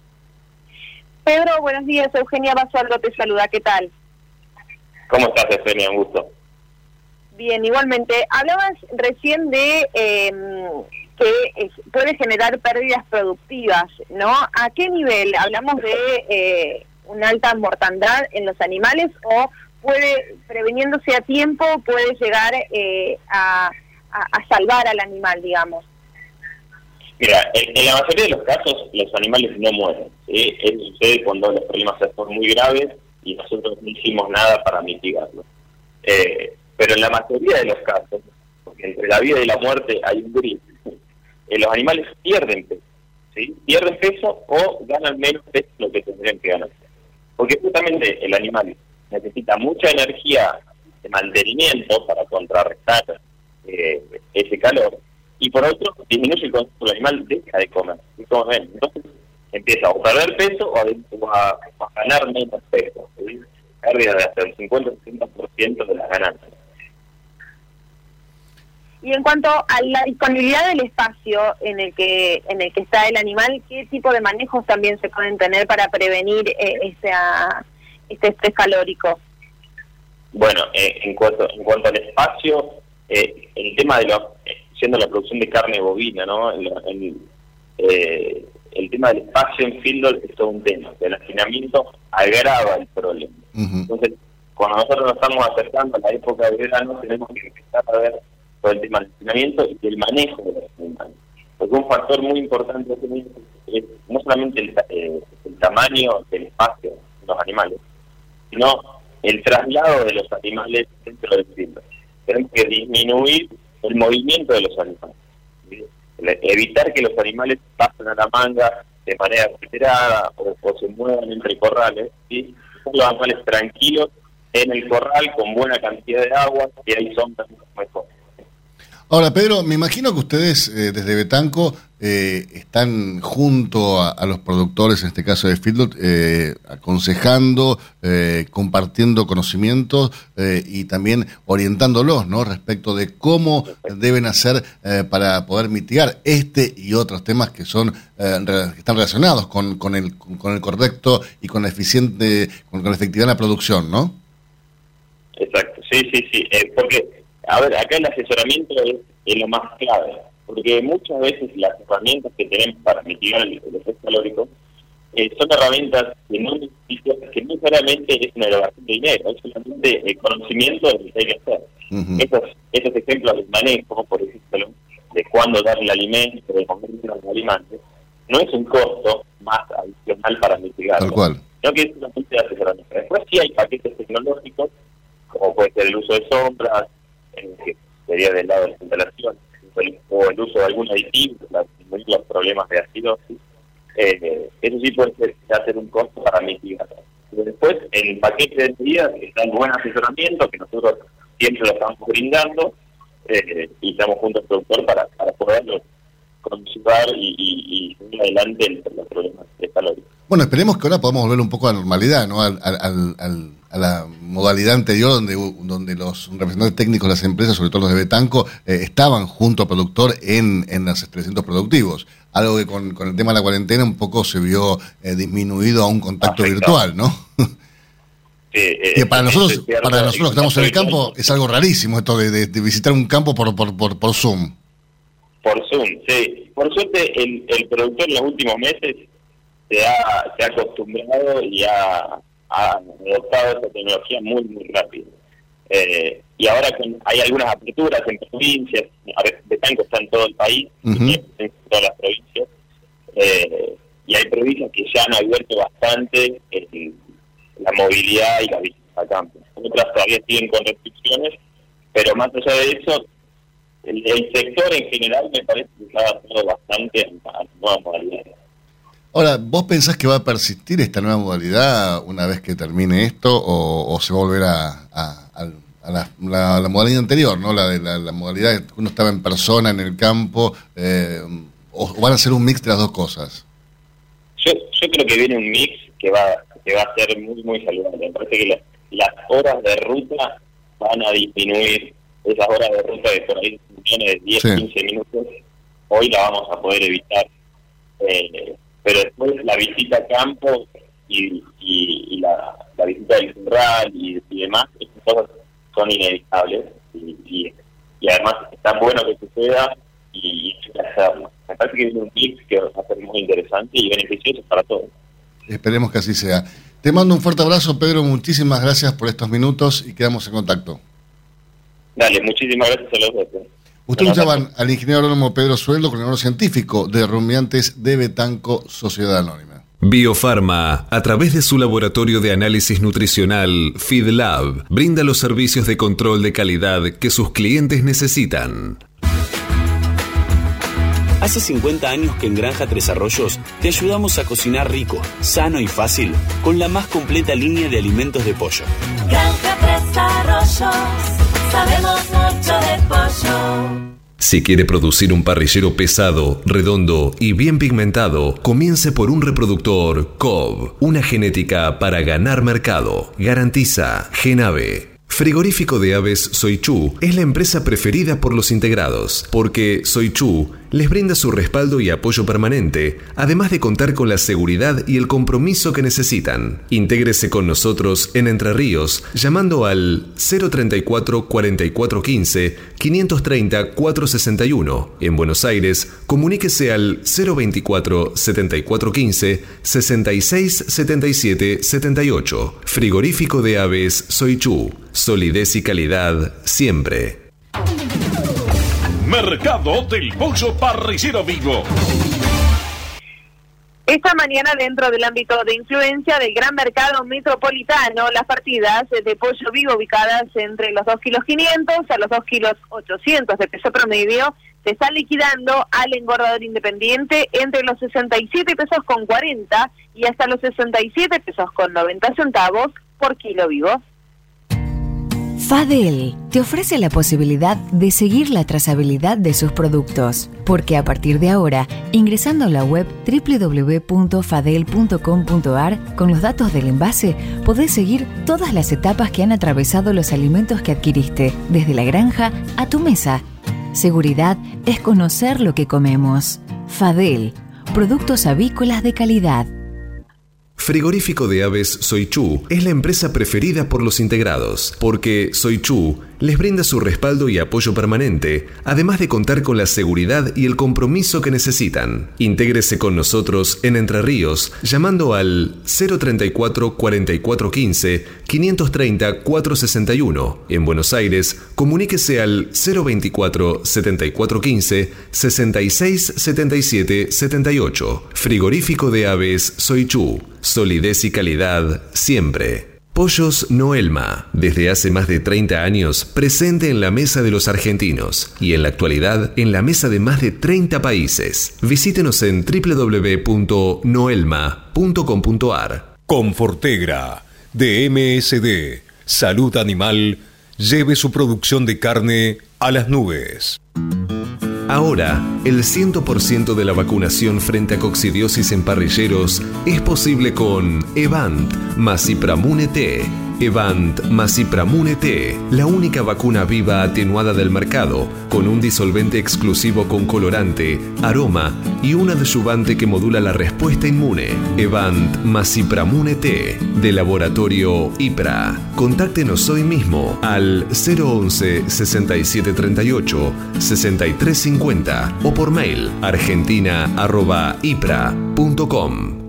Pedro, buenos días. Eugenia Basualdo te saluda. ¿Qué tal? ¿Cómo estás, Eugenia? Un gusto. Bien, igualmente. Hablabas recién de eh, que es, puede generar pérdidas productivas, ¿no? ¿A qué nivel? ¿Hablamos de eh, una alta mortandad en los animales o puede, preveniéndose a tiempo, puede llegar eh, a, a, a salvar al animal, digamos? Mira, en, en la mayoría de los casos los animales no mueren, ¿sí? Eso sucede cuando los problemas son muy graves y nosotros no hicimos nada para mitigarlo. Eh, pero en la mayoría de los casos, porque entre la vida y la muerte hay un gris, eh, los animales pierden peso, ¿sí? Pierden peso o ganan menos peso de lo que tendrían que ganar. Porque justamente el animal necesita mucha energía de mantenimiento para contrarrestar eh, ese calor, y por otro, disminuye el consumo, el animal deja de comer. Entonces empieza a perder peso o a, o a, a ganar menos peso, ¿sí? Pérdida de hasta el cincuenta a sesenta por ciento de las ganancias. Y en cuanto a la disponibilidad del espacio en el que en el que está el animal, ¿qué tipo de manejos también se pueden tener para prevenir eh, esa, este estrés calórico? Bueno, eh, en cuanto en cuanto al espacio, eh, el tema de los, eh, siendo la producción de carne bovina, ¿no? El, el, eh, el tema del espacio en feedlot es todo un tema. El hacinamiento agrava el problema. Uh-huh. Entonces, cuando nosotros nos estamos acercando a la época de verano, tenemos que empezar a ver todo el tema del hacinamiento y del manejo de los animales. Porque un factor muy importante es no solamente el, eh, el tamaño del espacio de los animales, sino el traslado de los animales dentro del feedlot. Tenemos que disminuir el movimiento de los animales, ¿sí? Evitar que los animales pasen a la manga de manera acelerada o, o se muevan entre corrales, ¿sí? Son los animales tranquilos en el corral con buena cantidad de agua, y ahí son también mejor. Ahora, Pedro, me imagino que ustedes eh, desde Betanco eh, están junto a, a los productores, en este caso de feedlot, eh, aconsejando, eh, compartiendo conocimientos eh, y también orientándolos, ¿no? Respecto de cómo deben hacer eh, para poder mitigar este y otros temas que son eh, que están relacionados con, con el con el correcto y con la eficiente, con, con la efectividad en la producción, ¿no? Exacto, sí, sí, sí, eh, porque a ver, acá el asesoramiento es, es lo más clave, porque muchas veces las herramientas que tenemos para mitigar el, el estrés calórico eh, son herramientas que no necesitan, que no solamente es una erogación de dinero, es solamente el conocimiento de lo que hay que hacer. Uh-huh. Esos, esos ejemplos de manejo, por ejemplo, de cuándo darle el alimento, de comer los alimentos, no es un costo más adicional para mitigarlo. Tal cual. No que es solamente asesoramiento. Después sí hay paquetes tecnológicos, como puede ser el uso de sombras, eh, que sería del lado de las instalaciones, o el uso de algún aditivo para disminuir los problemas de acidosis. Eh, eso sí puede ser, hacer un costo para mitigar. Pero después, en el paquete de medidas está el buen asesoramiento, que nosotros siempre lo estamos brindando, eh, y estamos junto al productor para, para poderlo conservar y, y, y ir adelante en los problemas de calor. Bueno, esperemos que ahora podamos volver un poco a la normalidad, ¿no? Al, al, al, a la modalidad anterior donde donde los representantes técnicos de las empresas, sobre todo los de Betanco, eh, estaban junto al productor en, en los establecimientos productivos. Algo que con, con el tema de la cuarentena un poco se vio eh, disminuido a un contacto Perfecto. virtual, ¿no? Sí, eh, que para nosotros, para nosotros que estamos en el campo, es algo rarísimo esto de, de, de visitar un campo por, por, por, por Zoom. Por Zoom, sí. Por suerte, el, el productor en los últimos meses se ha, se ha acostumbrado y ha, ha adoptado esa tecnología muy, muy rápido. Eh, y ahora con, hay algunas aperturas en provincias, Betanco está en todo el país, uh-huh. en todas las provincias, eh, y hay provincias que ya han abierto bastante en la movilidad y la visita a campo. Otras todavía siguen con restricciones, pero más allá de eso, el, el sector en general me parece que se ha adaptado bastante a la nueva modalidad. Ahora, ¿vos pensás que va a persistir esta nueva modalidad una vez que termine esto o, o se va a volver a, a, a, a la, la, la modalidad anterior, ¿no? La de la, la modalidad que uno estaba en persona, en el campo, eh, o, o van a ser un mix de las dos cosas? Yo, yo creo que viene un mix que va que va a ser muy, muy saludable. Me parece que la, las horas de ruta van a disminuir. Esas horas de ruta de por ahí de diez, sí. quince minutos, hoy la vamos a poder evitar. Eh, pero después la visita a campo y, y, y la, la visita del rural y, y demás, esas cosas son inevitables y, y, y además está bueno que suceda y, y hay que hacerlo. Me parece que es un mix que va a ser muy interesante y beneficioso para todos. Esperemos que así sea. Te mando un fuerte abrazo, Pedro, muchísimas gracias por estos minutos y quedamos en contacto. Dale, muchísimas gracias a los dos. Ustedes escuchaban al ingeniero agrónomo Pedro Sueldo, coordinador científico de rumiantes de Betanco Sociedad Anónima. Biofarma, a través de su laboratorio de análisis nutricional FeedLab, brinda los servicios de control de calidad que sus clientes necesitan. Hace cincuenta años que en Granja Tres Arroyos te ayudamos a cocinar rico, sano y fácil con la más completa línea de alimentos de pollo. Granja Tres Arroyos, sabemos mucho de pollo. Si quiere producir un parrillero pesado, redondo y bien pigmentado, comience por un reproductor C O B, una genética para ganar mercado. Garantiza Genave. Frigorífico de Aves Soichu es la empresa preferida por los integrados, porque Soichu les brinda su respaldo y apoyo permanente, además de contar con la seguridad y el compromiso que necesitan. Intégrese con nosotros en Entre Ríos, llamando al cero treinta y cuatro, cuarenta y cuatro quince, quinientos treinta, cuatrocientos sesenta y uno. En Buenos Aires, comuníquese al cero veinticuatro, setenta y cuatro quince, sesenta y seis setenta y siete setenta y ocho. Frigorífico de Aves Soichu. Solidez y calidad siempre. Mercado del Pollo Parrillero Vivo. Esta mañana, dentro del ámbito de influencia del gran mercado metropolitano, las partidas de pollo vivo ubicadas entre los dos kilos quinientos a los dos kilos ochocientos de peso promedio se están liquidando al engordador independiente entre los sesenta y siete pesos con cuarenta y hasta los sesenta y siete pesos con noventa centavos por kilo vivo. Fadel te ofrece la posibilidad de seguir la trazabilidad de sus productos, porque a partir de ahora, ingresando a la web doble u doble u doble u punto fadel punto com punto a r con los datos del envase, podés seguir todas las etapas que han atravesado los alimentos que adquiriste, desde la granja a tu mesa. Seguridad es conocer lo que comemos. Fadel, productos avícolas de calidad. Frigorífico de Aves Soichu es la empresa preferida por los integrados, porque Soichu les brinda su respaldo y apoyo permanente, además de contar con la seguridad y el compromiso que necesitan. Intégrese con nosotros en Entre Ríos llamando al cero treinta y cuatro, cuarenta y cuatro quince, quinientos treinta, cuatrocientos sesenta y uno. En Buenos Aires, comuníquese al cero veinticuatro, setenta y cuatro quince, sesenta y seis setenta y siete setenta y ocho. Frigorífico de Aves Soichu. Solidez y calidad siempre. Pollos Noelma, desde hace más de treinta años presente en la mesa de los argentinos y en la actualidad en la mesa de más de treinta países. Visítenos en doble u doble u doble u punto noelma punto com punto a r. Confortegra, de M S D, Salud Animal, lleve su producción de carne a las nubes. Ahora, el cien por ciento de la vacunación frente a coccidiosis en parrilleros es posible con Evant más Ipramune T. Evant más Ipramune T, la única vacuna viva atenuada del mercado, con un disolvente exclusivo con colorante, aroma y un adyuvante que modula la respuesta inmune. Evant más Ipramune T, de Laboratorio IPRA. Contáctenos hoy mismo al cero once, sesenta y siete treinta y ocho, sesenta y tres cincuenta o por mail argentina arroba ipra punto com.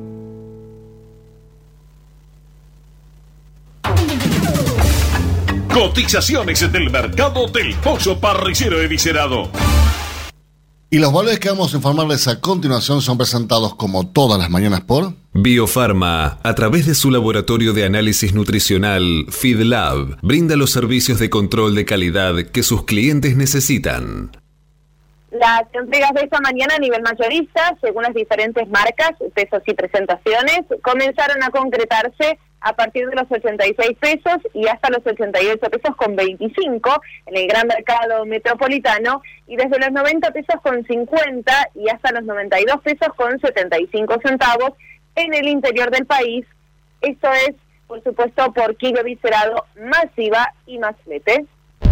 Cotizaciones del mercado del pollo parrillero eviscerado. Y los valores que vamos a informarles a continuación son presentados como todas las mañanas por Biofarma, a través de su laboratorio de análisis nutricional FeedLab, brinda los servicios de control de calidad que sus clientes necesitan. Las entregas de esta mañana a nivel mayorista, según las diferentes marcas, pesos y presentaciones, comenzaron a concretarse a partir de los ochenta y seis pesos y hasta los ochenta y ocho pesos con veinticinco en el gran mercado metropolitano, y desde los noventa pesos con cincuenta y hasta los noventa y dos pesos con setenta y cinco centavos en el interior del país. Esto es, por supuesto, por kilo viscerado, más I V A y más flete.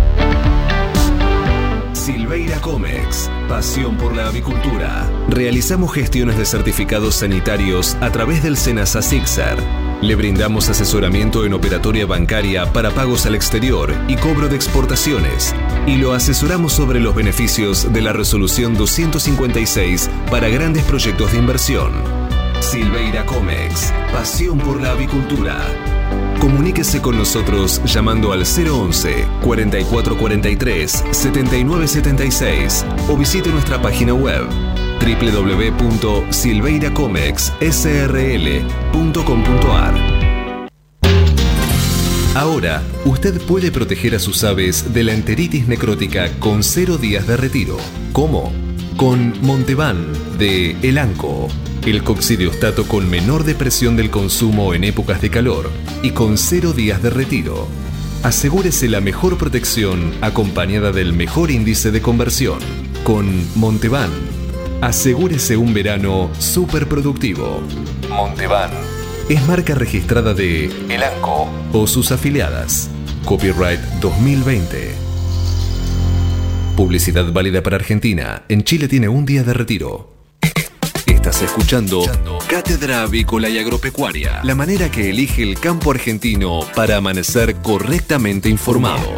Silveira Comex, pasión por la avicultura. Realizamos gestiones de certificados sanitarios a través del SENASA SICSAR. Le brindamos asesoramiento en operatoria bancaria para pagos al exterior y cobro de exportaciones. Y lo asesoramos sobre los beneficios de la resolución doscientos cincuenta y seis para grandes proyectos de inversión. Silveira Comex, pasión por la avicultura. Comuníquese con nosotros llamando al cero once, cuarenta y cuatro cuarenta y tres, setenta y nueve setenta y seis o visite nuestra página web doble u doble u doble u punto silveira comex s r l punto com punto a r. Ahora, usted puede proteger a sus aves de la enteritis necrótica con cero días de retiro. ¿Cómo? Con Monteban de Elanco. El coccidiostato con menor depresión del consumo en épocas de calor y con cero días de retiro. Asegúrese la mejor protección acompañada del mejor índice de conversión. Con Monteban, asegúrese un verano súper productivo. Monteban es marca registrada de Elanco o sus afiliadas. Copyright dos mil veinte. Publicidad válida para Argentina. En Chile tiene un día de retiro. Estás escuchando Cátedra Avícola y Agropecuaria, la manera que elige el campo argentino para amanecer correctamente informado.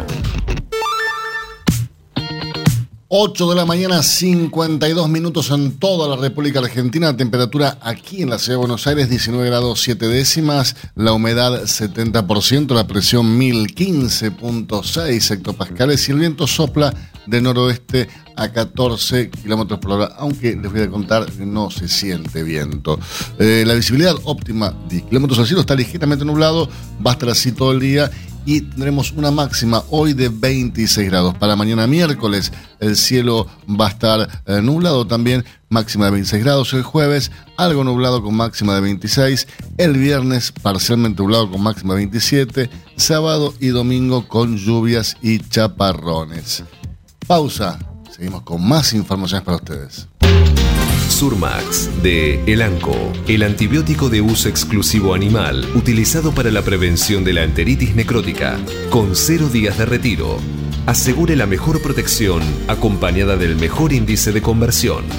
ocho de la mañana, cincuenta y dos minutos en toda la República Argentina. La temperatura aquí en la ciudad de Buenos Aires, diecinueve grados siete décimas. La humedad, setenta por ciento. La presión, mil quince punto seis hectopascales. Y el viento sopla de noroeste a catorce kilómetros por hora, aunque les voy a contar que no se siente viento. Eh, la visibilidad óptima, diez kilómetros al cielo, está ligeramente nublado, va a estar así todo el día y tendremos una máxima hoy de veintiséis grados. Para mañana miércoles el cielo va a estar eh, nublado también, máxima de veintiséis grados. El jueves algo nublado con máxima de veintiséis. El viernes parcialmente nublado con máxima de veintisiete. Sábado y domingo con lluvias y chaparrones. Pausa. Seguimos con más informaciones para ustedes. Surmax de Elanco, el antibiótico de uso exclusivo animal utilizado para la prevención de la enteritis necrótica, con cero días de retiro. Asegure la mejor protección acompañada del mejor índice de conversión.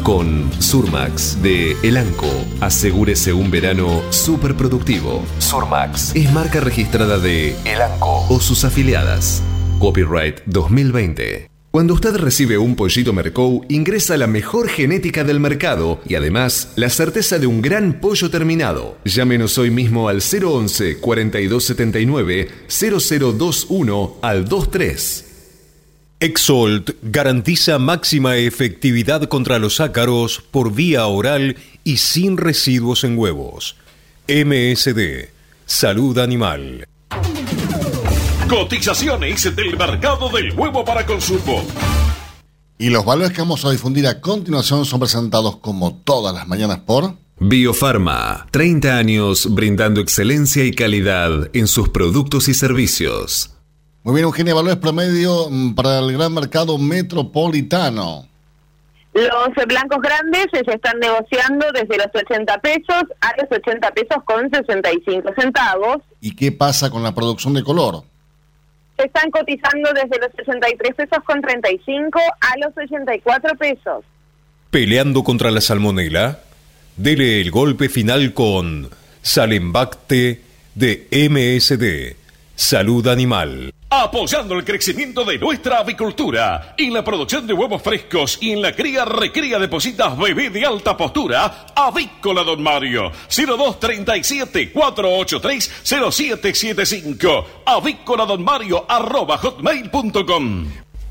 Con Surmax de Elanco, asegúrese un verano súper productivo. Surmax es marca registrada de Elanco o sus afiliadas. Copyright dos mil veinte. Cuando usted recibe un pollito Mercou, ingresa la mejor genética del mercado y además la certeza de un gran pollo terminado. Llámenos hoy mismo al cero once, cuarenta y dos setenta y nueve, cero cero veintiuno al veintitrés. Exolt garantiza máxima efectividad contra los ácaros por vía oral y sin residuos en huevos. M S D, Salud Animal. Cotizaciones del mercado del huevo para consumo. Y los valores que vamos a difundir a continuación son presentados como todas las mañanas por Biofarma, treinta años brindando excelencia y calidad en sus productos y servicios. Muy bien, Eugenia, valores promedio para el gran mercado metropolitano. Los blancos grandes se están negociando desde los ochenta pesos a los ochenta pesos con sesenta y cinco centavos. ¿Y qué pasa con la producción de color? Se están cotizando desde los sesenta y tres pesos con treinta y cinco a los ochenta y cuatro pesos. ¿Peleando contra la salmonela? Dele el golpe final con Salembacte de M S D, Salud Animal. Apoyando el crecimiento de nuestra avicultura, en la producción de huevos frescos y en la cría recría de pollitas bebé de alta postura, Avícola Don Mario, cero dos treinta y siete, cuatrocientos ochenta y tres, cero siete setenta y cinco, avícola don mario arroba hotmail punto com.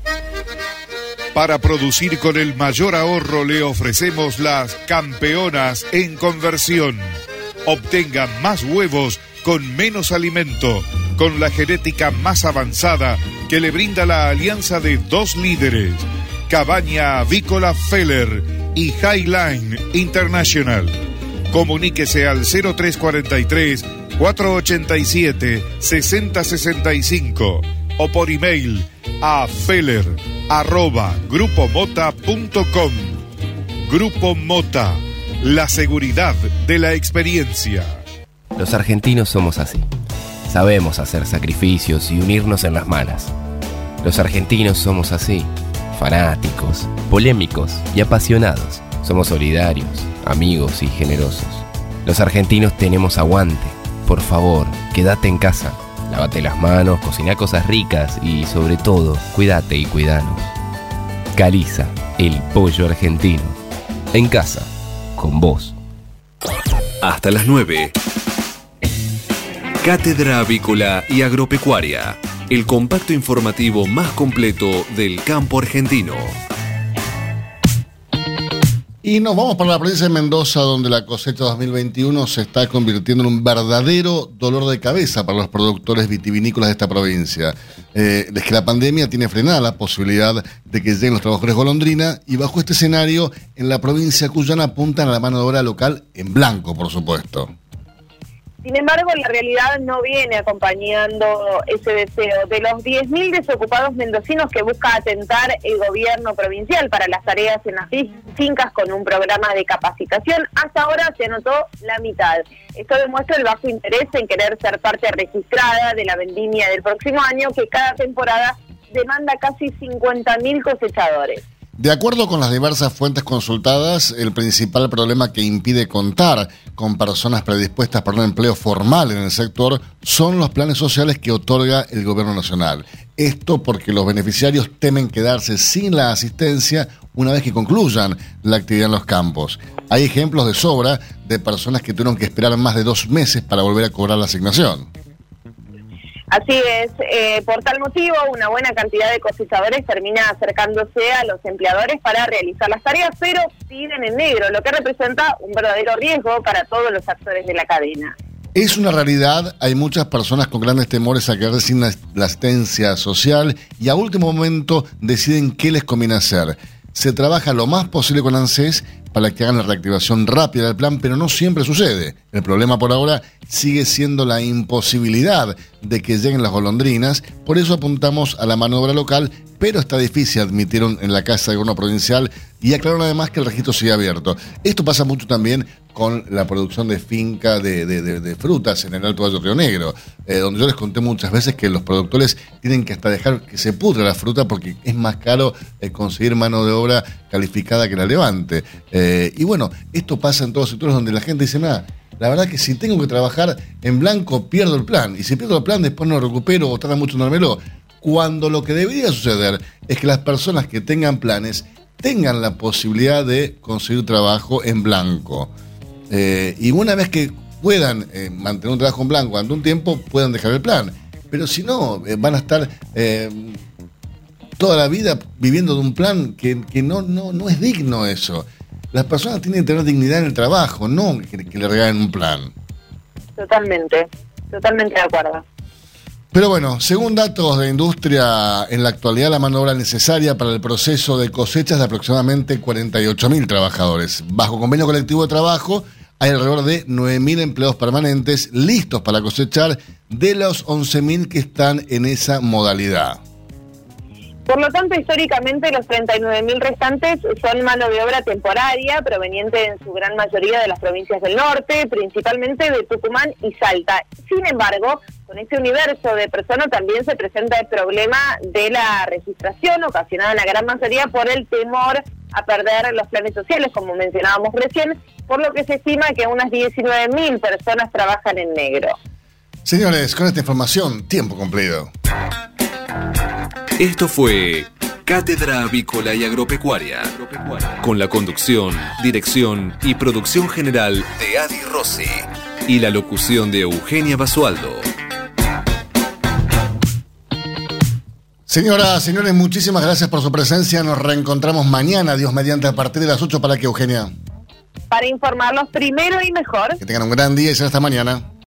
Para producir con el mayor ahorro le ofrecemos las campeonas en conversión. Obtenga más huevos con menos alimento, con la genética más avanzada que le brinda la alianza de dos líderes, Cabaña Avícola Feller y Highline International. Comuníquese al cero tres cuarenta y tres, cuatrocientos ochenta y siete, sesenta sesenta y cinco o por email a feller arroba grupomota punto com. Grupo Mota, la seguridad de la experiencia. Los argentinos somos así. Sabemos hacer sacrificios y unirnos en las malas. Los argentinos somos así, fanáticos, polémicos y apasionados. Somos solidarios, amigos y generosos. Los argentinos tenemos aguante. Por favor, quédate en casa. Lávate las manos, cocina cosas ricas y, sobre todo, cuídate y cuidanos. Caliza, el pollo argentino. En casa, con vos. Hasta las nueve. Cátedra Avícola y Agropecuaria, el compacto informativo más completo del campo argentino. Y nos vamos para la provincia de Mendoza, donde la cosecha dos mil veintiuno se está convirtiendo en un verdadero dolor de cabeza para los productores vitivinícolas de esta provincia. Eh, es que la pandemia tiene frenada la posibilidad de que lleguen los trabajadores golondrina, y bajo este escenario, en la provincia cuyana apuntan a la mano de obra local en blanco, por supuesto. Sin embargo, la realidad no viene acompañando ese deseo. De los diez mil desocupados mendocinos que busca atentar el gobierno provincial para las tareas en las fincas con un programa de capacitación, hasta ahora se anotó la mitad. Esto demuestra el bajo interés en querer ser parte registrada de la vendimia del próximo año, que cada temporada demanda casi cincuenta mil cosechadores. De acuerdo con las diversas fuentes consultadas, el principal problema que impide contar con personas predispuestas para un empleo formal en el sector son los planes sociales que otorga el gobierno nacional. Esto porque los beneficiarios temen quedarse sin la asistencia una vez que concluyan la actividad en los campos. Hay ejemplos de sobra de personas que tuvieron que esperar más de dos meses para volver a cobrar la asignación. Así es, eh, por tal motivo, una buena cantidad de cosechadores termina acercándose a los empleadores para realizar las tareas, pero piden en negro, lo que representa un verdadero riesgo para todos los actores de la cadena. Es una realidad, hay muchas personas con grandes temores a quedarse sin la, la asistencia social y a último momento deciden qué les conviene hacer. Se trabaja lo más posible con ANSES para que hagan la reactivación rápida del plan, pero no siempre sucede. El problema por ahora sigue siendo la imposibilidad de que lleguen las golondrinas, por eso apuntamos a la mano de obra local, pero está difícil, admitieron en la Casa de Gobierno Provincial y aclararon además que el registro sigue abierto. Esto pasa mucho también con la producción de finca de, de, de, de frutas en el Alto Valle Río Negro, eh, donde yo les conté muchas veces que los productores tienen que hasta dejar que se pudra la fruta porque es más caro eh, conseguir mano de obra calificada que la levante. Eh, y bueno, esto pasa en todos los sectores donde la gente dice, nada, la verdad que si tengo que trabajar en blanco pierdo el plan, y si pierdo el plan después no lo recupero o tarda mucho en dármelo. Cuando lo que debería suceder es que las personas que tengan planes tengan la posibilidad de conseguir trabajo en blanco. Eh, y una vez que puedan eh, mantener un trabajo en blanco durante un tiempo, puedan dejar el plan. Pero si no, eh, van a estar eh, toda la vida viviendo de un plan que, que no, no, no es digno eso. Las personas tienen que tener dignidad en el trabajo, no que, que le regalen un plan. Totalmente, totalmente de acuerdo. Pero bueno, según datos de industria, en la actualidad la mano de obra necesaria para el proceso de cosechas es de aproximadamente cuarenta y ocho mil trabajadores. Bajo convenio colectivo de trabajo hay alrededor de nueve mil empleados permanentes listos para cosechar de los once mil que están en esa modalidad. Por lo tanto, históricamente los treinta y nueve mil restantes son mano de obra temporaria, proveniente en su gran mayoría de las provincias del norte, principalmente de Tucumán y Salta. Sin embargo, con este universo de personas también se presenta el problema de la registración, ocasionada en la gran mayoría por el temor a perder los planes sociales, como mencionábamos recién, por lo que se estima que unas diecinueve mil personas trabajan en negro. Señores, con esta información, tiempo cumplido. Esto fue Cátedra Avícola y Agropecuaria, con la conducción, dirección y producción general de Adi Rossi y la locución de Eugenia Basualdo. Señoras, señores, muchísimas gracias por su presencia. Nos reencontramos mañana, Dios mediante, a partir de las ocho. ¿Para qué, Eugenia? Para informarlos primero y mejor. Que tengan un gran día y será hasta mañana.